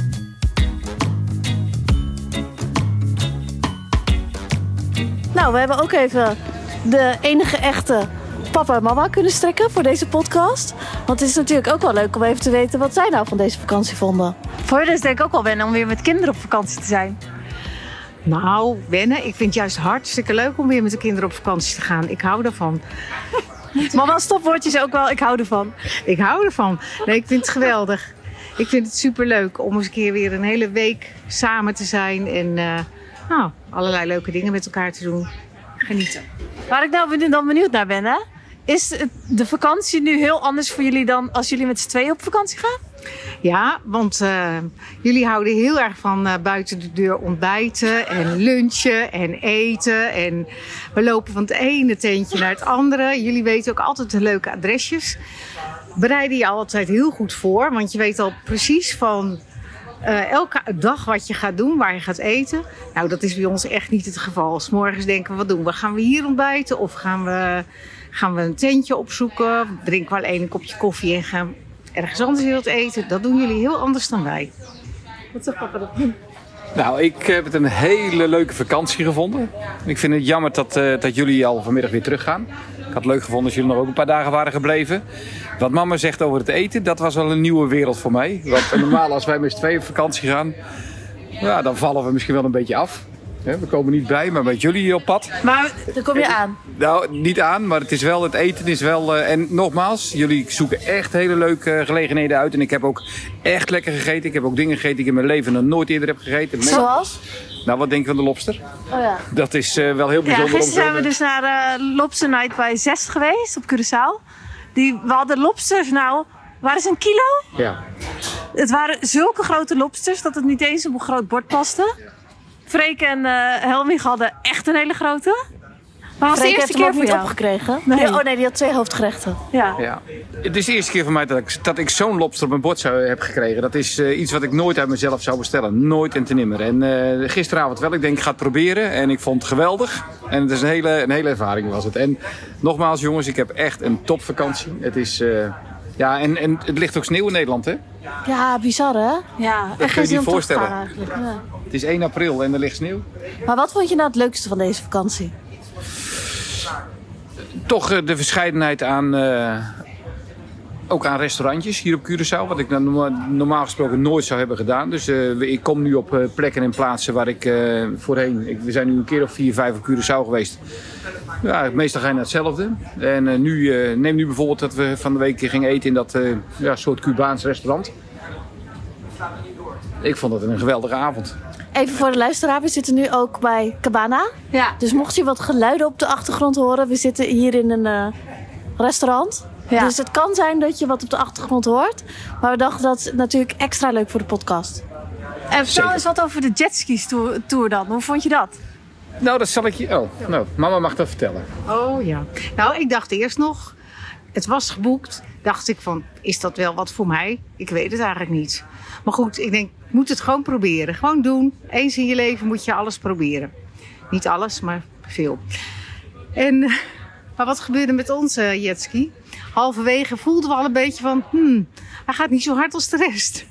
Nou, we hebben ook even de enige echte papa en mama kunnen strekken voor deze podcast. Want het is natuurlijk ook wel leuk om even te weten wat zij nou van deze vakantie vonden. Voor jullie is het denk ik ook wel wennen om weer met kinderen op vakantie te zijn. Nou, wennen. Ik vind het juist hartstikke leuk om weer met de kinderen op vakantie te gaan. Ik hou daarvan. Mama, stopwoordjes ook wel, ik hou ervan. Ik hou ervan. Nee, ik vind het geweldig. Ik vind het superleuk om eens een keer weer een hele week samen te zijn. En allerlei leuke dingen met elkaar te doen. Genieten. Waar ik nou dan benieuwd naar ben, hè? Is de vakantie nu heel anders voor jullie dan als jullie met z'n tweeën op vakantie gaan? Ja, want jullie houden heel erg van buiten de deur ontbijten en lunchen en eten. En we lopen van het ene tentje naar het andere. Jullie weten ook altijd de leuke adresjes. Bereiden je altijd heel goed voor, want je weet al precies van elke dag wat je gaat doen, waar je gaat eten. Nou, dat is bij ons echt niet het geval. 's Morgens denken we, wat doen we? Gaan we hier ontbijten of gaan we een tentje opzoeken? Drinken we alleen een kopje koffie en gaan ergens anders in het eten? Dat doen jullie heel anders dan wij. Wat zegt papa dat doen? Nou, ik heb het een hele leuke vakantie gevonden. Ik vind het jammer dat jullie al vanmiddag weer teruggaan. Ik had het leuk gevonden als jullie nog ook een paar dagen waren gebleven. Wat mama zegt over het eten, dat was wel een nieuwe wereld voor mij. Want normaal als wij met z'n tweeën op vakantie gaan, ja, dan vallen we misschien wel een beetje af. We komen niet bij, maar met jullie op pad. Maar dan kom je aan. Nou, niet aan, maar het eten is wel... en nogmaals, jullie zoeken echt hele leuke gelegenheden uit. En ik heb ook echt lekker gegeten. Ik heb ook dingen gegeten die ik in mijn leven nog nooit eerder heb gegeten. Zoals? Nou, wat denk je van de lobster? Oh ja. Dat is wel heel bijzonder. Ja, gisteren zijn we dus naar Lobster Night bij Zest geweest, op Curaçao. We hadden lobsters, waren ze 1 kilo? Ja. Het waren zulke grote lobsters dat het niet eens op een groot bord paste. Freek en Helmig hadden echt een hele grote. Maar was Freek de eerste keer voor niet jou? opgekregen. Nee. Oh nee, die had 2 hoofdgerechten. Ja. Ja. Het is de eerste keer voor mij dat ik zo'n lobster op mijn bord heb gekregen. Dat is iets wat ik nooit uit mezelf zou bestellen. Nooit en te nimmer. En gisteravond wel. Ik denk, ik ga het proberen. En ik vond het geweldig. En het is een hele ervaring was het. En nogmaals jongens, ik heb echt een topvakantie. Het is... en het ligt ook sneeuw in Nederland, hè? Ja, bizar hè? Ja. Dat kun je je niet voorstellen. Eigenlijk. Ja. Het is 1 april en er ligt sneeuw. Maar wat vond je nou het leukste van deze vakantie? Toch de verscheidenheid ook aan restaurantjes hier op Curaçao. Wat ik normaal gesproken nooit zou hebben gedaan. Dus ik kom nu op plekken en plaatsen waar ik voorheen... We zijn nu een keer of 4, 5 op Curaçao geweest. Ja, meestal ga je naar hetzelfde. En neem nu bijvoorbeeld dat we van de week gingen eten in dat soort Cubaans restaurant. Ik vond het een geweldige avond. Even voor de luisteraar, we zitten nu ook bij Cabana. Ja. Dus mocht je wat geluiden op de achtergrond horen, we zitten hier in een restaurant. Ja. Dus het kan zijn dat je wat op de achtergrond hoort. Maar we dachten dat is natuurlijk extra leuk voor de podcast. En vertel eens wat over de jetskis tour dan. Hoe vond je dat? Nou, dat zal ik je... Oh, nou, mama mag dat vertellen. Oh ja. Nou, ik dacht eerst nog, het was geboekt. Dacht ik van, is dat wel wat voor mij? Ik weet het eigenlijk niet. Maar goed, ik denk, ik moet het gewoon proberen. Gewoon doen. Eens in je leven moet je alles proberen. Niet alles, maar veel. Maar wat gebeurde met onze jetski? Halverwege voelden we al een beetje van, hij gaat niet zo hard als de rest.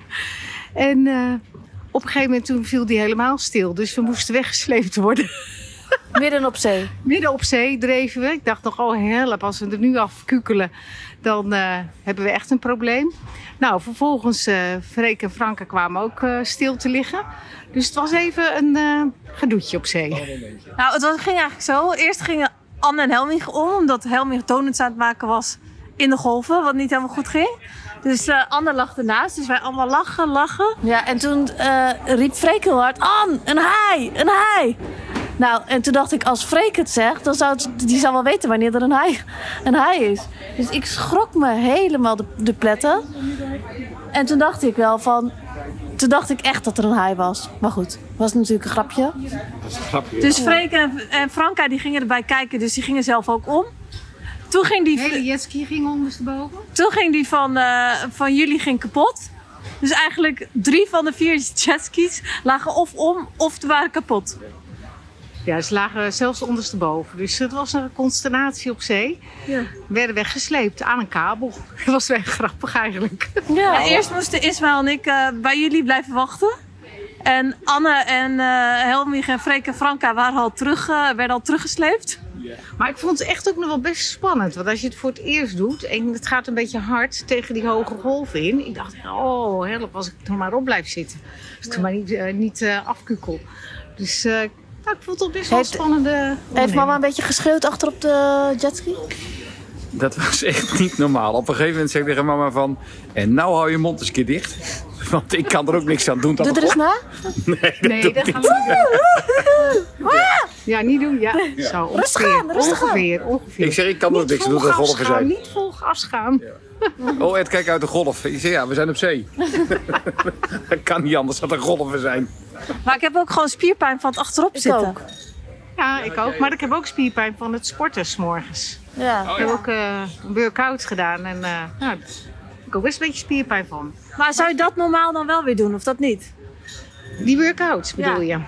En op een gegeven moment toen viel die helemaal stil. Dus we moesten weggesleept worden. Midden op zee. Midden op zee dreven we. Ik dacht nog, oh help, als we er nu afkukelen, dan hebben we echt een probleem. Nou, vervolgens, Freek en Franka kwamen ook stil te liggen. Dus het was even een gedoetje op zee. Nou, ging eigenlijk zo. Eerst gingen Anne en Helmig om, omdat Helmig donuts aan het maken was in de golven, wat niet helemaal goed ging. Dus Anne lag ernaast, dus wij allemaal lachen. Ja, en toen riep Freek heel hard, Anne, een haai! Nou, en toen dacht ik, als Freek het zegt, dan die zal wel weten wanneer er een haai is. Dus ik schrok me helemaal de pletten. En toen dacht ik wel van... Toen dacht ik echt dat er een haai was. Maar goed, was natuurlijk een grapje. Dat is een grapje. Dus Freek en Franka die gingen erbij kijken, dus die gingen zelf ook om. Toen ging die... De hele jetski ging ondersteboven. Toen ging die van jullie ging kapot. Dus eigenlijk 3 van de 4 jetskis lagen of om of waren kapot. Ja, ze lagen zelfs ondersteboven. Dus het was een consternatie op zee. Ja. We werden weggesleept aan een kabel. Dat was wel grappig eigenlijk. Ja, eerst moesten Ismaël en ik bij jullie blijven wachten. En Anne en Helmig en Freek en Franka werden al teruggesleept. Maar ik vond het echt ook nog wel best spannend. Want als je het voor het eerst doet en het gaat een beetje hard tegen die hoge golven in. Ik dacht, oh help, als ik er maar op blijf zitten. Als ik er maar niet afkukel. Dus ik vond het best wel spannende. Heeft mama een beetje geschreeuwd achter op de jetski? Dat was echt niet normaal. Op een gegeven moment zei ik tegen mama van... En nou hou je mond eens een keer dicht. Want ik kan er ook niks aan doen. Doe er eens na? Nee, dat gaan we niet doen. Ja, niet doen. Ja. Zo, ongeveer. Ik zeg, ik kan er ook niks aan doen dat golven zijn. Niet vol gas gaan. Ja. Oh Ed, kijk uit de golf. Ik zeg, ja, we zijn op zee. Dat kan niet anders dat er golven zijn. Maar ik heb ook gewoon spierpijn van het achterop zitten. Ook. Ja, ik ook. Maar ik heb ook spierpijn van het sporten 's morgens. Ja. Ik heb ook een workout gedaan en daar heb ik ook best een beetje spierpijn van. Maar zou je dat normaal dan wel weer doen of dat niet? Die workouts bedoel je?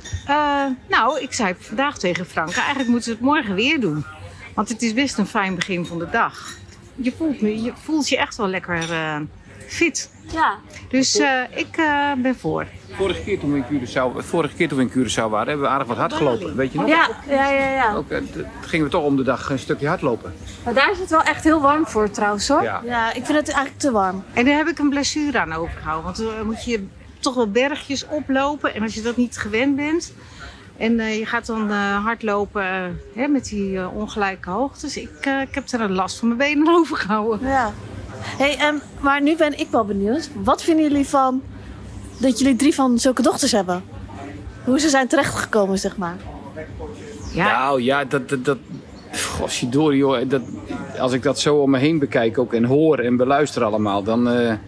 Nou, ik zei vandaag tegen Franka, eigenlijk moeten we het morgen weer doen. Want het is best een fijn begin van de dag. Je voelt je echt wel lekker fit. Ja. Dus ik ben voor. Vorige keer toen we in Curaçao waren, hebben we aardig wat hard gelopen. Weet je nog? Ja. Ook, gingen we toch om de dag een stukje hardlopen. Maar daar is het wel echt heel warm voor trouwens hoor. Ja, ik vind het eigenlijk te warm. En daar heb ik een blessure aan overgehouden. Want dan moet je toch wel bergjes oplopen. En als je dat niet gewend bent... En je gaat dan hardlopen met die ongelijke hoogtes. Ik heb er een last van mijn benen overgehouden. Ja. Hey, maar nu ben ik wel benieuwd. Wat vinden jullie van dat jullie 3 van zulke dochters hebben? Hoe ze zijn terechtgekomen, zeg maar. Ja. Nou ja, goshidori, joh. Als ik dat zo om me heen bekijk ook en hoor en beluister allemaal... dan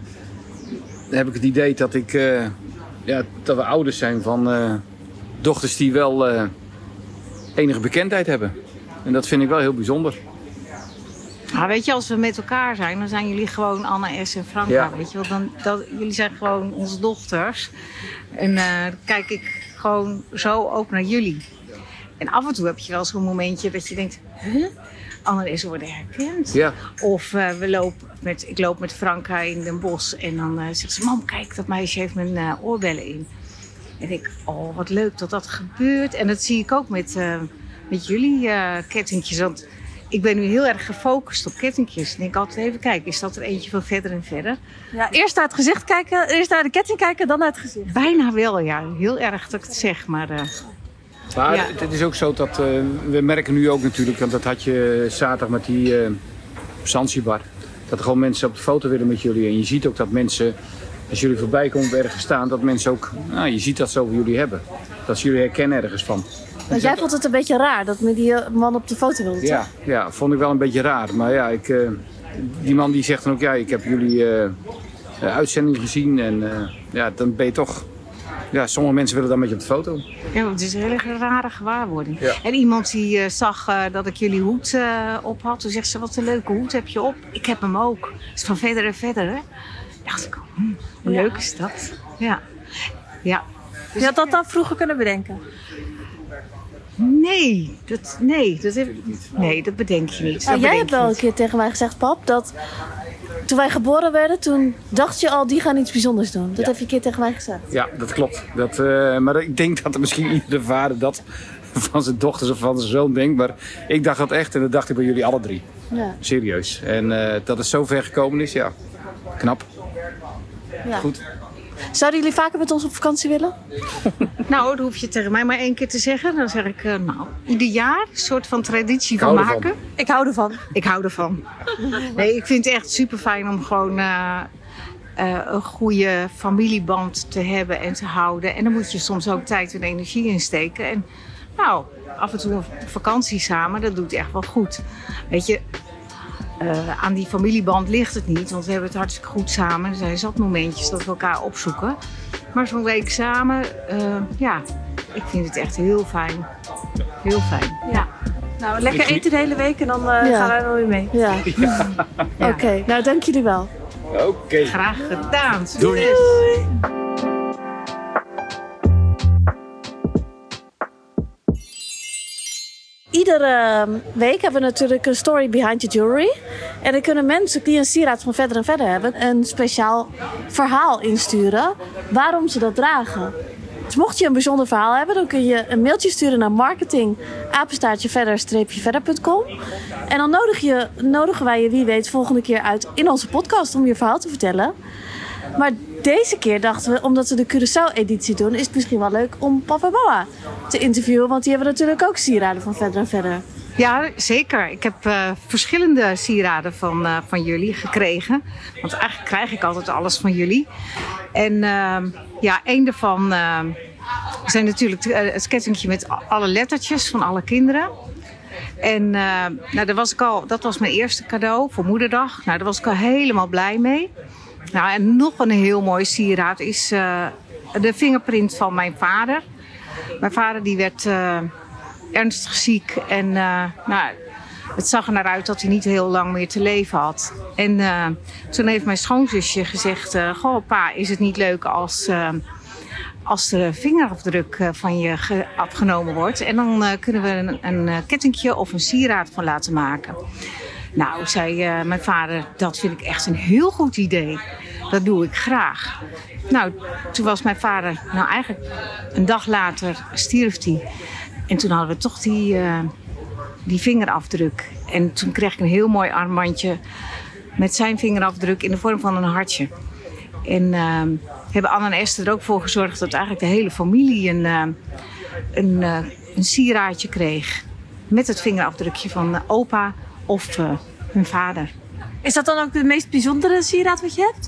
heb ik het idee dat dat we ouders zijn van... dochters die wel enige bekendheid hebben. En dat vind ik wel heel bijzonder. Maar weet je, als we met elkaar zijn, dan zijn jullie gewoon Anne, S en Franka. Ja. Weet je wel, jullie zijn gewoon onze dochters. En dan kijk ik gewoon zo ook naar jullie. En af en toe heb je wel zo'n momentje dat je denkt... Huh? Anne en S worden herkend. Ja. Of ik loop met Franka in Den Bosch en dan zegt ze... Mam, kijk, dat meisje heeft mijn oorbellen in. En ik denk, oh, wat leuk dat dat gebeurt. En dat zie ik ook met jullie kettingjes. Want ik ben nu heel erg gefocust op kettingjes. Ik denk altijd even kijken, is dat er eentje van verder en verder? Ja, eerst naar het gezicht kijken, eerst naar de ketting kijken, dan naar het gezicht. Bijna wel, ja. Heel erg dat ik het zeg, maar... Maar ja. het is ook zo dat we merken nu ook natuurlijk... want dat had je zaterdag met die Zanzibar... dat er gewoon mensen op de foto willen met jullie. En je ziet ook dat mensen... Als jullie voorbij komen ergens staan, dat mensen ook... Nou, je ziet dat ze over jullie hebben. Dat ze jullie herkennen ergens van. Want jij vond het een beetje raar dat me die man op de foto wilde. Ja, vond ik wel een beetje raar. Maar ja, die man die zegt dan ook... Ja, ik heb jullie uitzending gezien. En dan ben je toch ja, sommige mensen willen dan met je op de foto. Ja, het is een hele rare gewaarwording. Ja. En iemand die zag dat ik jullie hoed op had. Toen zegt ze, wat een leuke hoed heb je op. Ik heb hem ook. Het is van verder en verder, hè. Dacht ik, hoe leuk is dat? Ja. Je had dat dan vroeger kunnen bedenken? Nee, dat bedenk je niet. Nou, jij hebt wel een keer tegen mij gezegd, pap, dat toen wij geboren werden, toen dacht je al, die gaan iets bijzonders doen. Dat heb je een keer tegen mij gezegd. Ja, dat klopt. Maar ik denk dat er misschien iedere vader dat van zijn dochters of van zijn zoon denkt. Maar ik dacht dat echt en dat dacht ik bij jullie alle 3. Ja. Serieus. En dat het zo ver gekomen is, ja, knap. Ja. Goed. Zouden jullie vaker met ons op vakantie willen? Nou, dat hoef je tegen mij maar 1 keer te zeggen. Dan zeg ik, ieder jaar een soort van traditie Ik van hou maken. ervan. Ik hou ervan. Ik hou ervan. Nee, ik vind het echt super fijn om gewoon een goede familieband te hebben en te houden. En dan moet je soms ook tijd en energie in steken. En nou, af en toe een vakantie samen, dat doet echt wel goed. Weet je, aan die familieband ligt het niet, want we hebben het hartstikke goed samen. Er zijn zat momentjes dat we elkaar opzoeken. Maar zo'n week samen, ik vind het echt heel fijn. Heel fijn. Ja. Nou, lekker eten de hele week en dan gaan wij wel weer mee. Ja. Oké, nou dank jullie wel. Oké. Graag gedaan. Doei. Iedere week hebben we natuurlijk een story behind your jewelry. En dan kunnen mensen die een sieraad van Verder en Verder hebben een speciaal verhaal insturen waarom ze dat dragen. Dus mocht je een bijzonder verhaal hebben, dan kun je een mailtje sturen naar marketing@verder-verder.com. En dan nodigen wij je wie weet volgende keer uit in onze podcast om je verhaal te vertellen. Maar deze keer dachten we, omdat we de Curaçao-editie doen, is het misschien wel leuk om papa en mama te interviewen. Want die hebben natuurlijk ook sieraden van Verder en Verder. Ja, zeker. Ik heb verschillende sieraden van jullie gekregen. Want eigenlijk krijg ik altijd alles van jullie. En één daarvan zijn natuurlijk het kettingje met alle lettertjes van alle kinderen. En dat was mijn eerste cadeau voor Moederdag. Nou, daar was ik al helemaal blij mee. Nou, en nog een heel mooi sieraad is de vingerprint van mijn vader. Mijn vader die werd ernstig ziek en het zag er naar uit dat hij niet heel lang meer te leven had. En toen heeft mijn schoonzusje gezegd, goh pa, is het niet leuk als de vingerafdruk van je afgenomen wordt. En dan kunnen we een kettingje of een sieraad van laten maken. Nou, zei mijn vader, dat vind ik echt een heel goed idee. Dat doe ik graag. Nou, toen was mijn vader, eigenlijk een dag later stierf hij. En toen hadden we toch die vingerafdruk. En toen kreeg ik een heel mooi armbandje met zijn vingerafdruk in de vorm van een hartje. En hebben Anne en Esther er ook voor gezorgd dat eigenlijk de hele familie een sieraadje kreeg. Met het vingerafdrukje van opa of hun vader. Is dat dan ook de meest bijzondere sieraad wat je hebt?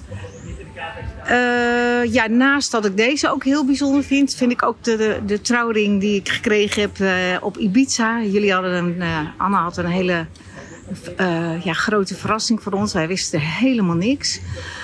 Naast dat ik deze ook heel bijzonder vind ik ook de trouwring die ik gekregen heb op Ibiza. Anne had een hele grote verrassing voor ons. Wij wisten helemaal niks.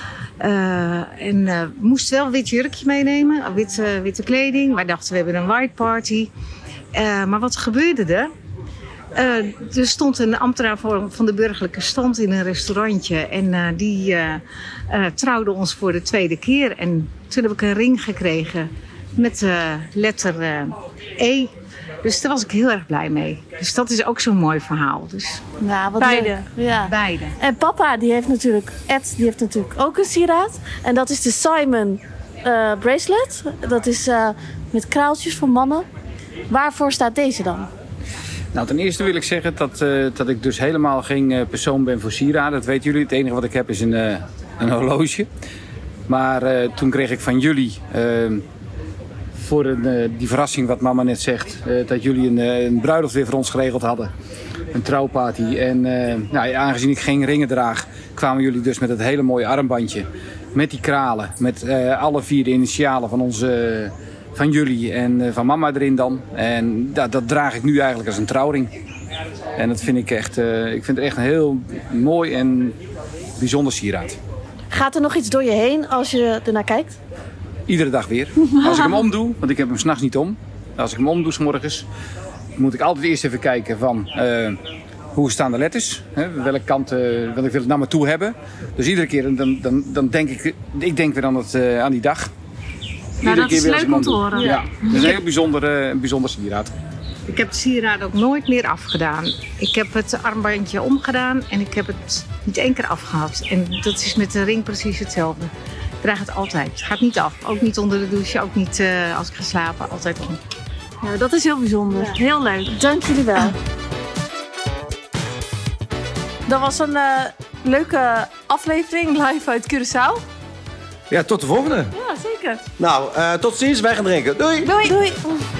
We moesten wel een wit jurkje meenemen, witte kleding. Wij dachten we hebben een white party. Maar wat gebeurde er? Er stond een ambtenaar van de burgerlijke stand in een restaurantje. En die trouwde ons voor de tweede keer. En toen heb ik een ring gekregen met de letter E. Dus daar was ik heel erg blij mee. Dus dat is ook zo'n mooi verhaal. Dus Ja, wat Beide. leuk. Ja. beide. En papa, Ed, die heeft natuurlijk ook een sieraad. En dat is de Simon bracelet. Dat is met kraaltjes voor mannen. Waarvoor staat deze dan? Nou, ten eerste wil ik zeggen dat ik dus helemaal geen persoon ben voor sieraden. Dat weten jullie. Het enige wat ik heb is een horloge. Maar toen kreeg ik van jullie, voor die verrassing wat mama net zegt, dat jullie een bruiloft weer voor ons geregeld hadden. Een trouwparty. En aangezien ik geen ringen draag, kwamen jullie dus met het hele mooie armbandje. Met die kralen. Met alle 4 de initialen van jullie en van mama erin dan. En dat draag ik nu eigenlijk als een trouwring. En dat vind ik echt, ik vind het echt een heel mooi en bijzonder sieraad. Gaat er nog iets door je heen als je ernaar kijkt? Iedere dag weer. Als ik hem omdoe, want ik heb hem 's nachts niet om. Als ik hem omdoe 's morgens, moet ik altijd eerst even kijken van... hoe staan de letters? Hè? Welke kant wil ik het naar me toe hebben? Dus iedere keer dan denk ik... Ik denk weer aan die dag. Nou, dat is leuk om te horen. Ja, dat is een heel bijzonder sieraad. Ik heb het sieraad ook nooit meer afgedaan. Ik heb het armbandje omgedaan en ik heb het niet 1 keer afgehad. En dat is met de ring precies hetzelfde. Ik draag het altijd. Het gaat niet af. Ook niet onder de douche, ook niet als ik ga slapen. Altijd om. Ja, dat is heel bijzonder. Ja. Heel leuk. Dank jullie wel. Dat was een leuke aflevering live uit Curaçao. Ja, tot de volgende. Ja, zeker. Nou, tot ziens. Wij gaan drinken. Doei. Doei.